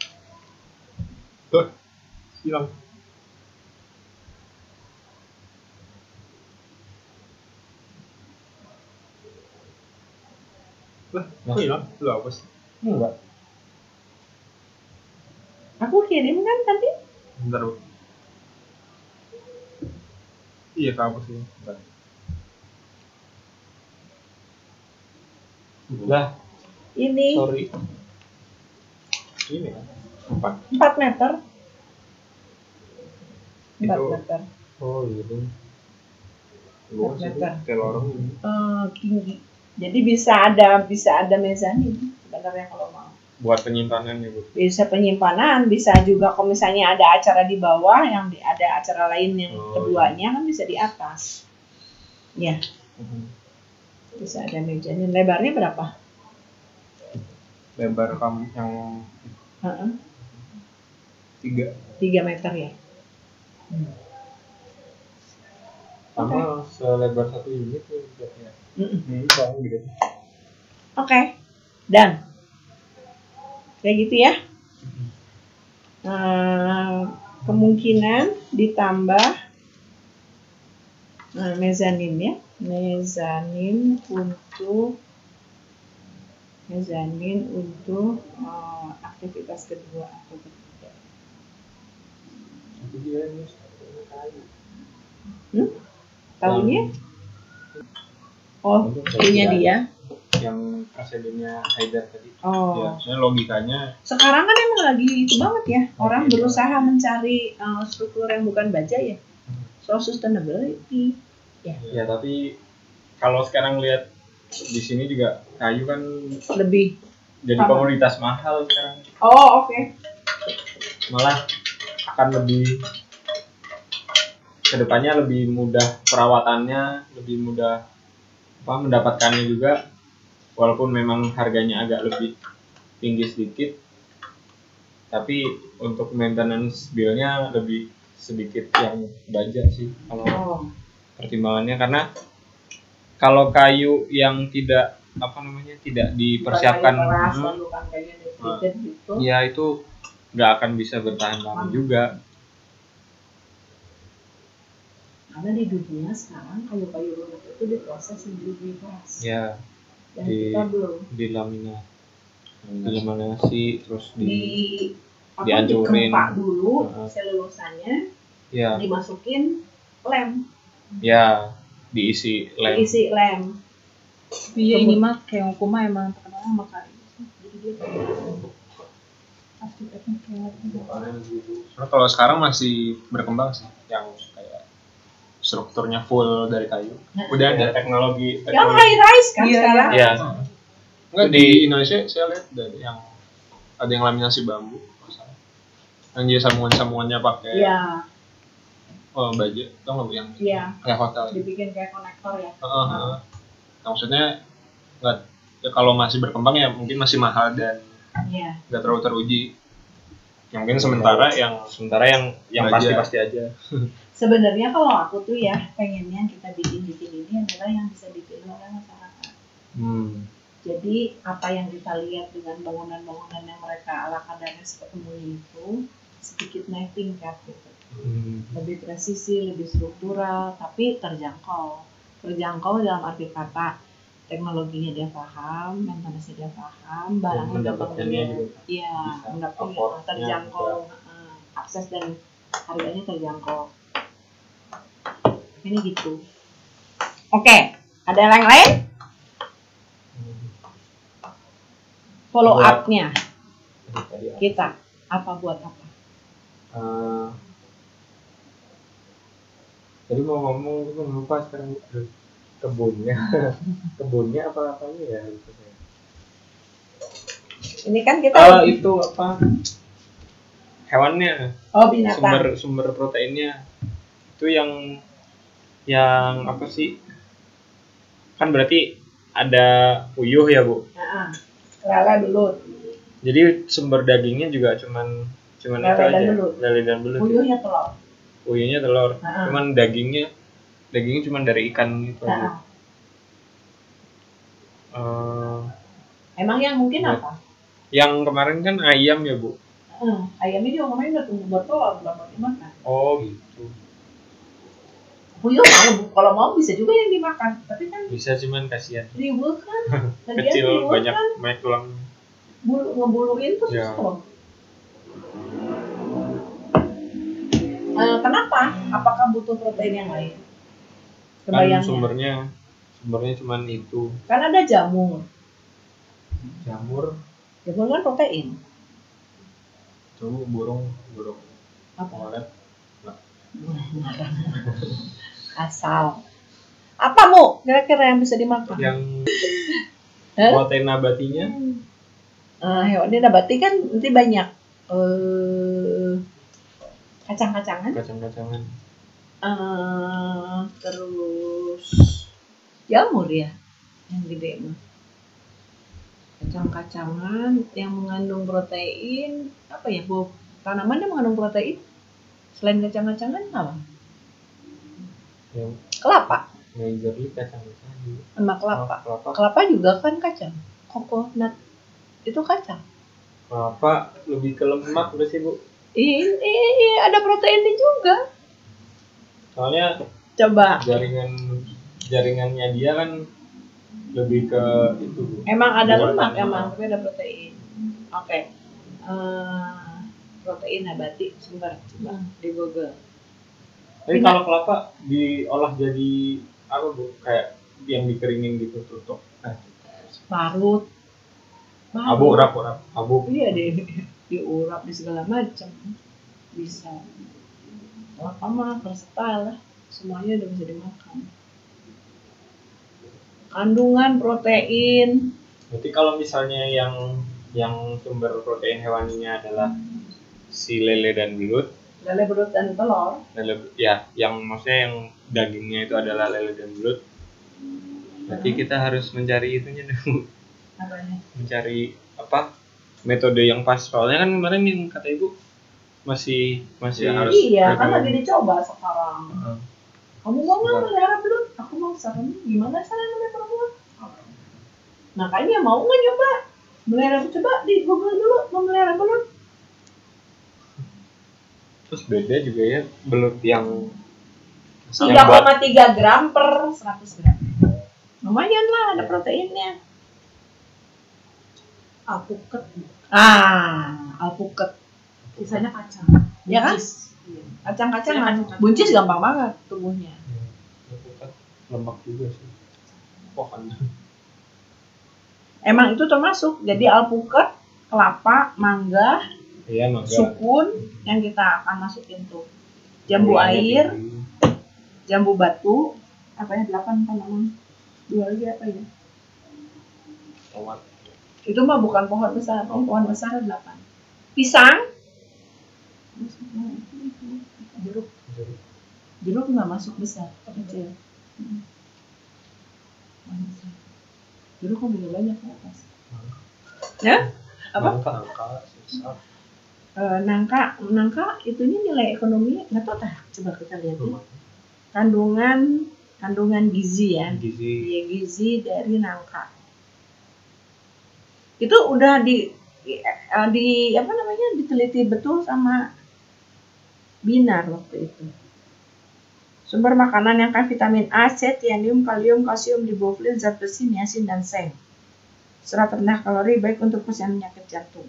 Tuh. Hilang. Lah, kok hilang? Lu hapus? Enggak. Aku kirim kan tadi? Bentar, Bu. Iya, kehapus ini. Bentar. Lah, Ini sorry. Ini kan? Empat. empat meter. empat Itu- meter. Oh, gitu. Luas Empat itu meter. kayak lorong ini. Eh, tinggi. Jadi bisa ada bisa ada mezanin sebenarnya kalau mau. Buat penyimpanan ya, Bu. Bisa penyimpanan, bisa juga kalau misalnya ada acara di bawah, yang di, ada acara lain yang Oh, keduanya kan bisa di atas. Ya, bisa ada mezanin. Lebarnya berapa? Lebar kamu yang Heeh, tiga. tiga meter ya. Sama selebar satu unit tuh ya. Mm-mm. Hmm, bang gitu. Oke, dan kayak gitu ya. Eh, kemungkinan ditambah eh, mezanin ya, mezanin untuk mezanin untuk eh, aktivitas kedua atau ketiga. Tapi dia ini satu kayu. Hmm? Tahunya? Oh, Untuk punya saya. dia. Yang presidennya Haidar tadi. Oh. Ya, sebenarnya logikanya Sekarang kan emang lagi itu banget ya, orang berusaha mencari uh, struktur yang bukan baja ya, soal sustainability. Ya, ya, tapi kalau sekarang lihat di sini juga kayu kan lebih. jadi Sama. komoditas mahal sekarang. Oh, oke. Malah akan lebih kedepannya lebih mudah perawatannya, lebih mudah apa mendapatkannya juga, walaupun memang harganya agak lebih tinggi sedikit, tapi untuk maintenance bill-nya lebih sedikit yang baja sih kalau Oh, pertimbangannya, karena kalau kayu yang tidak apa namanya tidak dipersiapkan, bukan kayu keras hmm, dan bukan kayu decorated gitu. ya itu nggak akan bisa bertahan lama juga. Karena di dunia sekarang kayu-kayu rumah itu diproses menjadi lebih keras. Ya, Dan di- kita belum dilaminat, dilaminasi, terus di di, apa dihancurin. dikempak dulu Heeh. selulosannya, ya, dimasukin lem, ya diisi lem. diisi lem. Iya ini mah kayak Okuma emang terkenal sama kayu. Jadi dia arsiteknya kayak Karena kalau sekarang masih berkembang sih, yang kayak strukturnya full dari kayu. Udah Ada ada. teknologi, Yang teknologi. high rise kan Iya, sekarang. Ya, Enggak, Di- di Indonesia saya lihat dari yang ada yang laminasi bambu, masalah. Yang dia sambungan-sambungannya pakai Iya, oh, baja, tau nggak Bu, yang iya. kayak hotel. Dibikin kayak konektor ya. Heeh, heeh. Nah, maksudnya nggak ya, kalau masih berkembang ya mungkin masih mahal dan Iya. nggak terlalu teruji. Ya, mungkin sementara yang sementara yang yang Baja. pasti-pasti aja. Sebenarnya kalau aku tuh ya pengennya kita bikin-bikin ini adalah yang bisa dipilih oleh masyarakat. Hmm. Jadi apa yang kita lihat dengan bangunan-bangunan yang mereka ala kadarnya seperti itu sedikit naik tingkat gitu. Hmm. Lebih presisi, lebih struktural, tapi terjangkau. Terjangkau dalam arti kata teknologinya dia paham, maintenance dia paham, barangnya mendapatkannya gampang juga iya, bisa, mendapatkan afford-nya terjangkau, eh, akses dan harganya terjangkau. Ini gitu. Oke, ada yang lain? Follow Buat- up-nya Tadi apa? kita apa buat apa? Eh, tadi mau ngomong itu lupa sekarang. Kebunnya, kebunnya apa apanya ya? Ini kan kita Ah, itu apa? Hewannya, oh binatang. sumber sumber proteinnya itu yang yang apa sih? Kan berarti ada puyuh ya, Bu. Nah, lala dulu. Jadi sumber dagingnya juga cuman cuman Lele itu dan aja, belut. lele dan belut. Puyuhnya telur. Puyuhnya telur. Nah. Cuman dagingnya dagingnya cuman dari ikan gitu aja. Nah, Eh, Emang yang mungkin Buat- apa? yang kemarin kan ayam ya bu. Hmm, ayamnya juga kemarin udah tunggu buat telur, nggak mau dimakan. Oh gitu. Buyur mau, Bu. Kalau mau bisa juga yang dimakan. Tapi kan Bisa cuman kasihan. ribet kan. Lagian Kecil ribet banyak kan. banyak tulang. Bulu, ngebuluin tuh Ya. susah loh. Eh, kenapa? Apakah butuh protein yang lain? Kan Kebayangnya. sumbernya sumbernya cuman itu. Kan ada jamur. Jamur. Jamur kan protein. Tuh burung burung Apa? molet. Asal. Apa Mu? Kira-kira yang bisa dimakan? Yang Eh? protein nabatinya Eh, hewan nabati kan nanti banyak. Eh, kacang-kacangan. kacang-kacangan. Eh, terus jamur ya yang gede mah. Kacang-kacangan yang mengandung protein apa ya bu? Tanaman yang mengandung protein selain kacang-kacangan apa? Yang Kelapa, majorly kacang-kacangan juga. sama kelapa. Oh, kelapa. Kelapa juga kan kacang. Coconut itu kacang. Kelapa lebih ke lemak udah sih bu. Ini ada proteinnya juga. Soalnya Coba. jaringan jaringannya dia kan lebih ke itu bu. Emang ada Buatan lemak lemak. emang, tapi ada protein. Oke. Eh, protein nabati sumber coba di Google. Tapi Tidak. kalau kelapa diolah jadi apa bu? Kayak yang dikeringin gitu tutup. Eh, Parut. abu urap urap abu. Iya di diurap di segala macam bisa. Kelapa mah versatile lah, semuanya udah bisa dimakan. Kandungan protein. Berarti kalau misalnya yang yang sumber protein hewaninya adalah si lele dan belut, Lele, belut, dan telur. lele ya, yang maksudnya yang dagingnya itu adalah lele dan belut. Berarti kita harus mencari itunya dulu, Apanya? mencari apa? Metode yang pas. Soalnya kan kemarin yang kata ibu masih masih harus Iya, kan ada- lagi dicoba sekarang. Heeh. Kamu mau nggak Sekarang. melihara belut? Aku mau saran. Gimana cara melihara belut? Makanya mau nggak nyoba melihara? Coba di Google dulu memelihara belut. Terus beda juga ya belut yang tiga koma tiga gram per seratus gram. Lumayan lah, ada proteinnya. Alpukat. Ah, alpukat. Sisanya kacang. Ya kan? Buncis. Iya. Kacang-kacangan. Kacang-kacang. Buncis gampang banget tubuhnya. lemak juga sih. Wah kan. Emang itu termasuk. Jadi alpukat, kelapa, mangga, Iya mangga. sukun yang kita akan masukin tuh. Jambu Gulanya air, tinggi. jambu batu, apa ya delapan tanaman. Dua lagi apa ya? Tomat. Itu mah bukan pohon besar, pohon besar delapan. Pisang, jeruk, Jeruk. jeruk nggak masuk besar, kecil. Hmm. Jeruk kan juga banyak ke atas. Ya? Apa? Nangka, nangka, susah. Eh, nangka, nangka itunya nilai ekonominya nggak tahu tah. Coba kita lihat ya. Kandungan, kandungan gizi ya. Gizi. Iya, gizi dari nangka. Itu udah di di, eh, di apa namanya diteliti betul sama Binar waktu itu. Sumber makanan yang kaya vitamin A, C, tianium, kalium, kalsium, riboflavin, zat besi, niacin, dan seng. Serat rendah kalori baik untuk pasien penyakit jantung.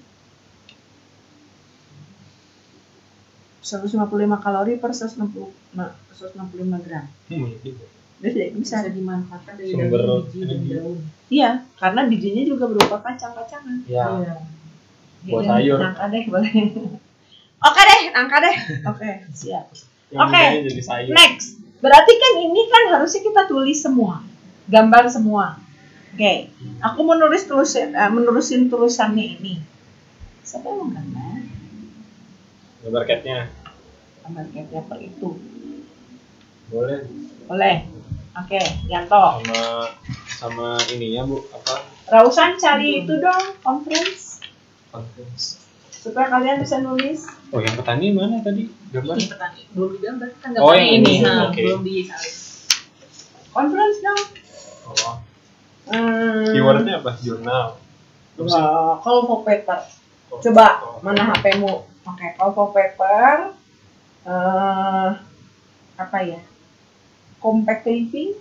seratus lima puluh lima kalori per seratus enam puluh, nah, seratus enam puluh lima gram. Hmm, juga. Jadi bisa. Bisa dimanfaatkan dari Sumber daging, biji, dan energi. daun. Iya, karena bijinya juga berupa kacang-kacangan. Ya. Iya. Buat Jadi, sayur. Nangka deh boleh. Oke deh, nangka deh. Oke, siap. Yang Oke. bidanya jadi sayur. Next. Berarti kan ini kan harusnya kita tulis semua. Gambar semua. Oke. Aku menulis tulisan eh, menerusin tulisannya ini. Siapa yang mau gambar? Gambar catnya. Gambar paper itu. Boleh. Boleh. Oke, Yanto. Sama sama ininya bu apa? Rausan cari itu dong, conference. Conference. Supaya kalian bisa nulis. Oh yang petani mana tadi? Gambar. Ini petani belum digambar kan Oh, gambarnya yang ini ini, nah, oke. belum disalin. Conference dong. Oh. Hmm, Keywordnya apa? Jurnal. Wah, call for paper. Coba mana H P-mu? Oke, call for paper. eh apa ya? Compact living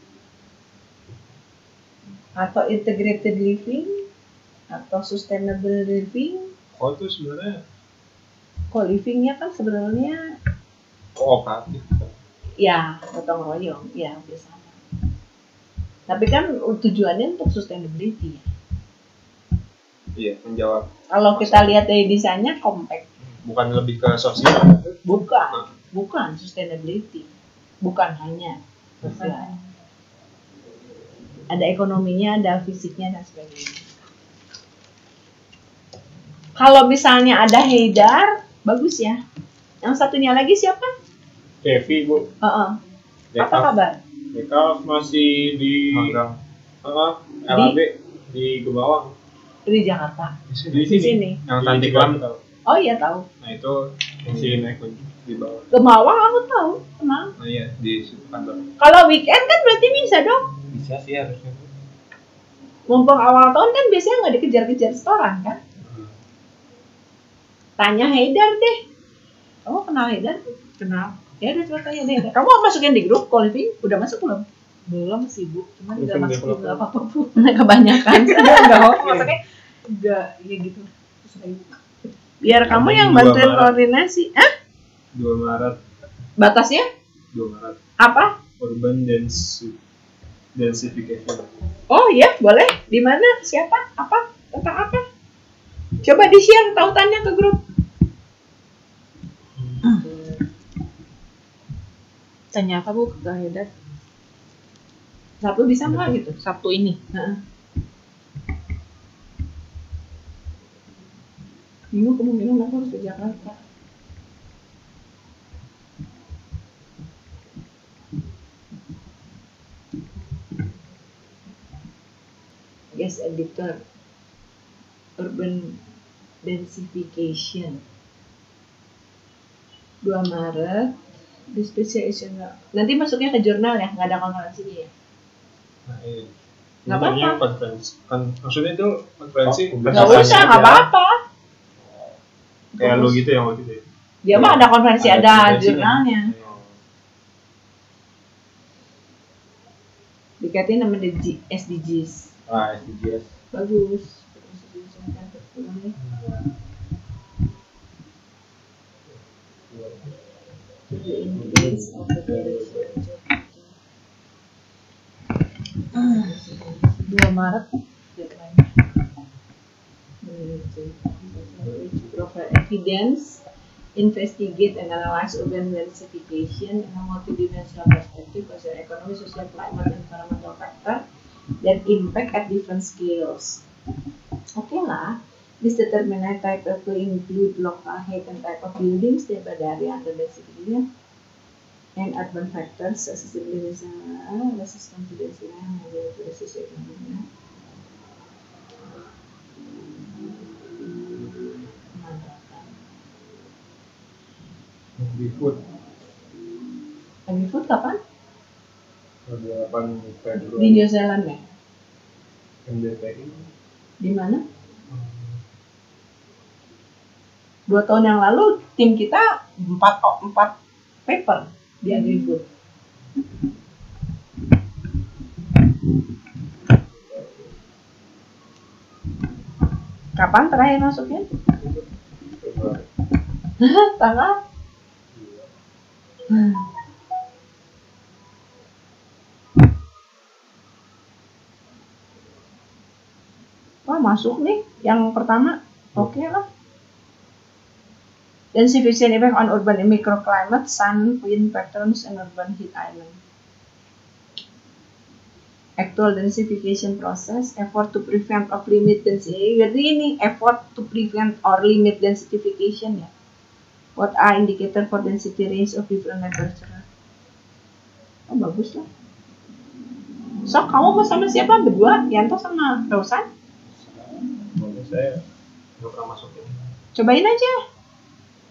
atau integrated living atau sustainable living. Oh itu sebenarnya Co-livingnya kan sebenarnya kooperatif. ya gotong royong, ya biasa. Tapi kan tujuannya untuk sustainability ya. Iya, menjawab. Kalau kita lihat dari desainnya compact, Bukan lebih ke sosial. bukan, bukan sustainability, bukan hanya sosial. Ada ekonominya, ada fisiknya dan sebagainya. Kalau misalnya ada Haidar, bagus ya. Yang satunya lagi siapa? Devi bu, Heeh. Apa Dekaf, kabar? Dekaf masih di Magang. uh, L A B di Gemawang. Di Jakarta. Di Di sini. Yang Di cantik Cikarang banget. tahu. Oh iya tahu. Nah itu Masih naik di bawah. Gemawang aku tahu, kenal. Nah iya di kantor. Kalau weekend kan berarti bisa dong. Bisa sih harusnya. Mumpung awal tahun kan biasanya nggak dikejar-kejar setoran kan? Tanya Haidar deh. Kamu kenal Haidar? Kenal. Ya udah coba tanya deh. Kamu masukin di grup co-living? Udah masuk belum? Belum sibuk, cuman Mungkin nggak masuk development. juga apa apa bu. Kebanyakan. Enggak kok, maksudnya enggak ya gitu. Terus kayak gitu. Biar kamu Ada yang dua bantuin Maret. koordinasi. Hah? dua Maret. Batasnya dua Maret. apa? Urban densi- densification. Oh iya, boleh. Di mana? Siapa? Apa? Tentang apa? Coba di-share tautannya ke grup. Tanya apa bu ke Haidar? Satu bisa nggak gitu? Sabtu ini. Heeh. Minggu kemungkinan aku harus ke Jakarta. Guest editor urban densification dua Maret di speciation. Nanti masuknya ke jurnal ya, nggak ada konferensinya ya. Nah iya. Nggak Sebenarnya apa-apa. konferensi. Kan maksudnya itu konferensi. Oh, Nggak Biasanya usah, aja. nggak apa-apa. Kayak lu gitu yang waktu itu. ya? Dia mah ada konferensi, Ada ada konferensinya. jurnalnya. Oh. Dikatain nama S D Gs. Ah, S D Gs. Bagus. dua Maret deadline. Provide evidence, investigate and analyze urban densification in a multidimensional perspective, consider economic, social, climate, and environmental factor that impact at different scales. Oke lah, this determinate type of to include local height and type of buildings, nearby area under density, and urban factors, accessibility, resistance to density, mobility, resistance economy. Di food. Lagi food kapan? delapan Di Februari. New Zealand ya? M D T I. Di mana? Dua tahun yang lalu tim kita empat empat paper di agri-food. Kapan terakhir masuknya? Februari. Tanggal? Wah masuk nih yang pertama. Oke lah. Densification effect on urban microclimate, sun, wind patterns, and urban heat island. Actual densification process, effort to prevent or limit density. Jadi ini effort to prevent or limit densification ya. What are indicator for density range of different temperature? Oh bagus lah. So kamu mau sama siapa berdua? Yanto sama Rosan? Pokoknya saya nggak pernah masukin. Cobain aja.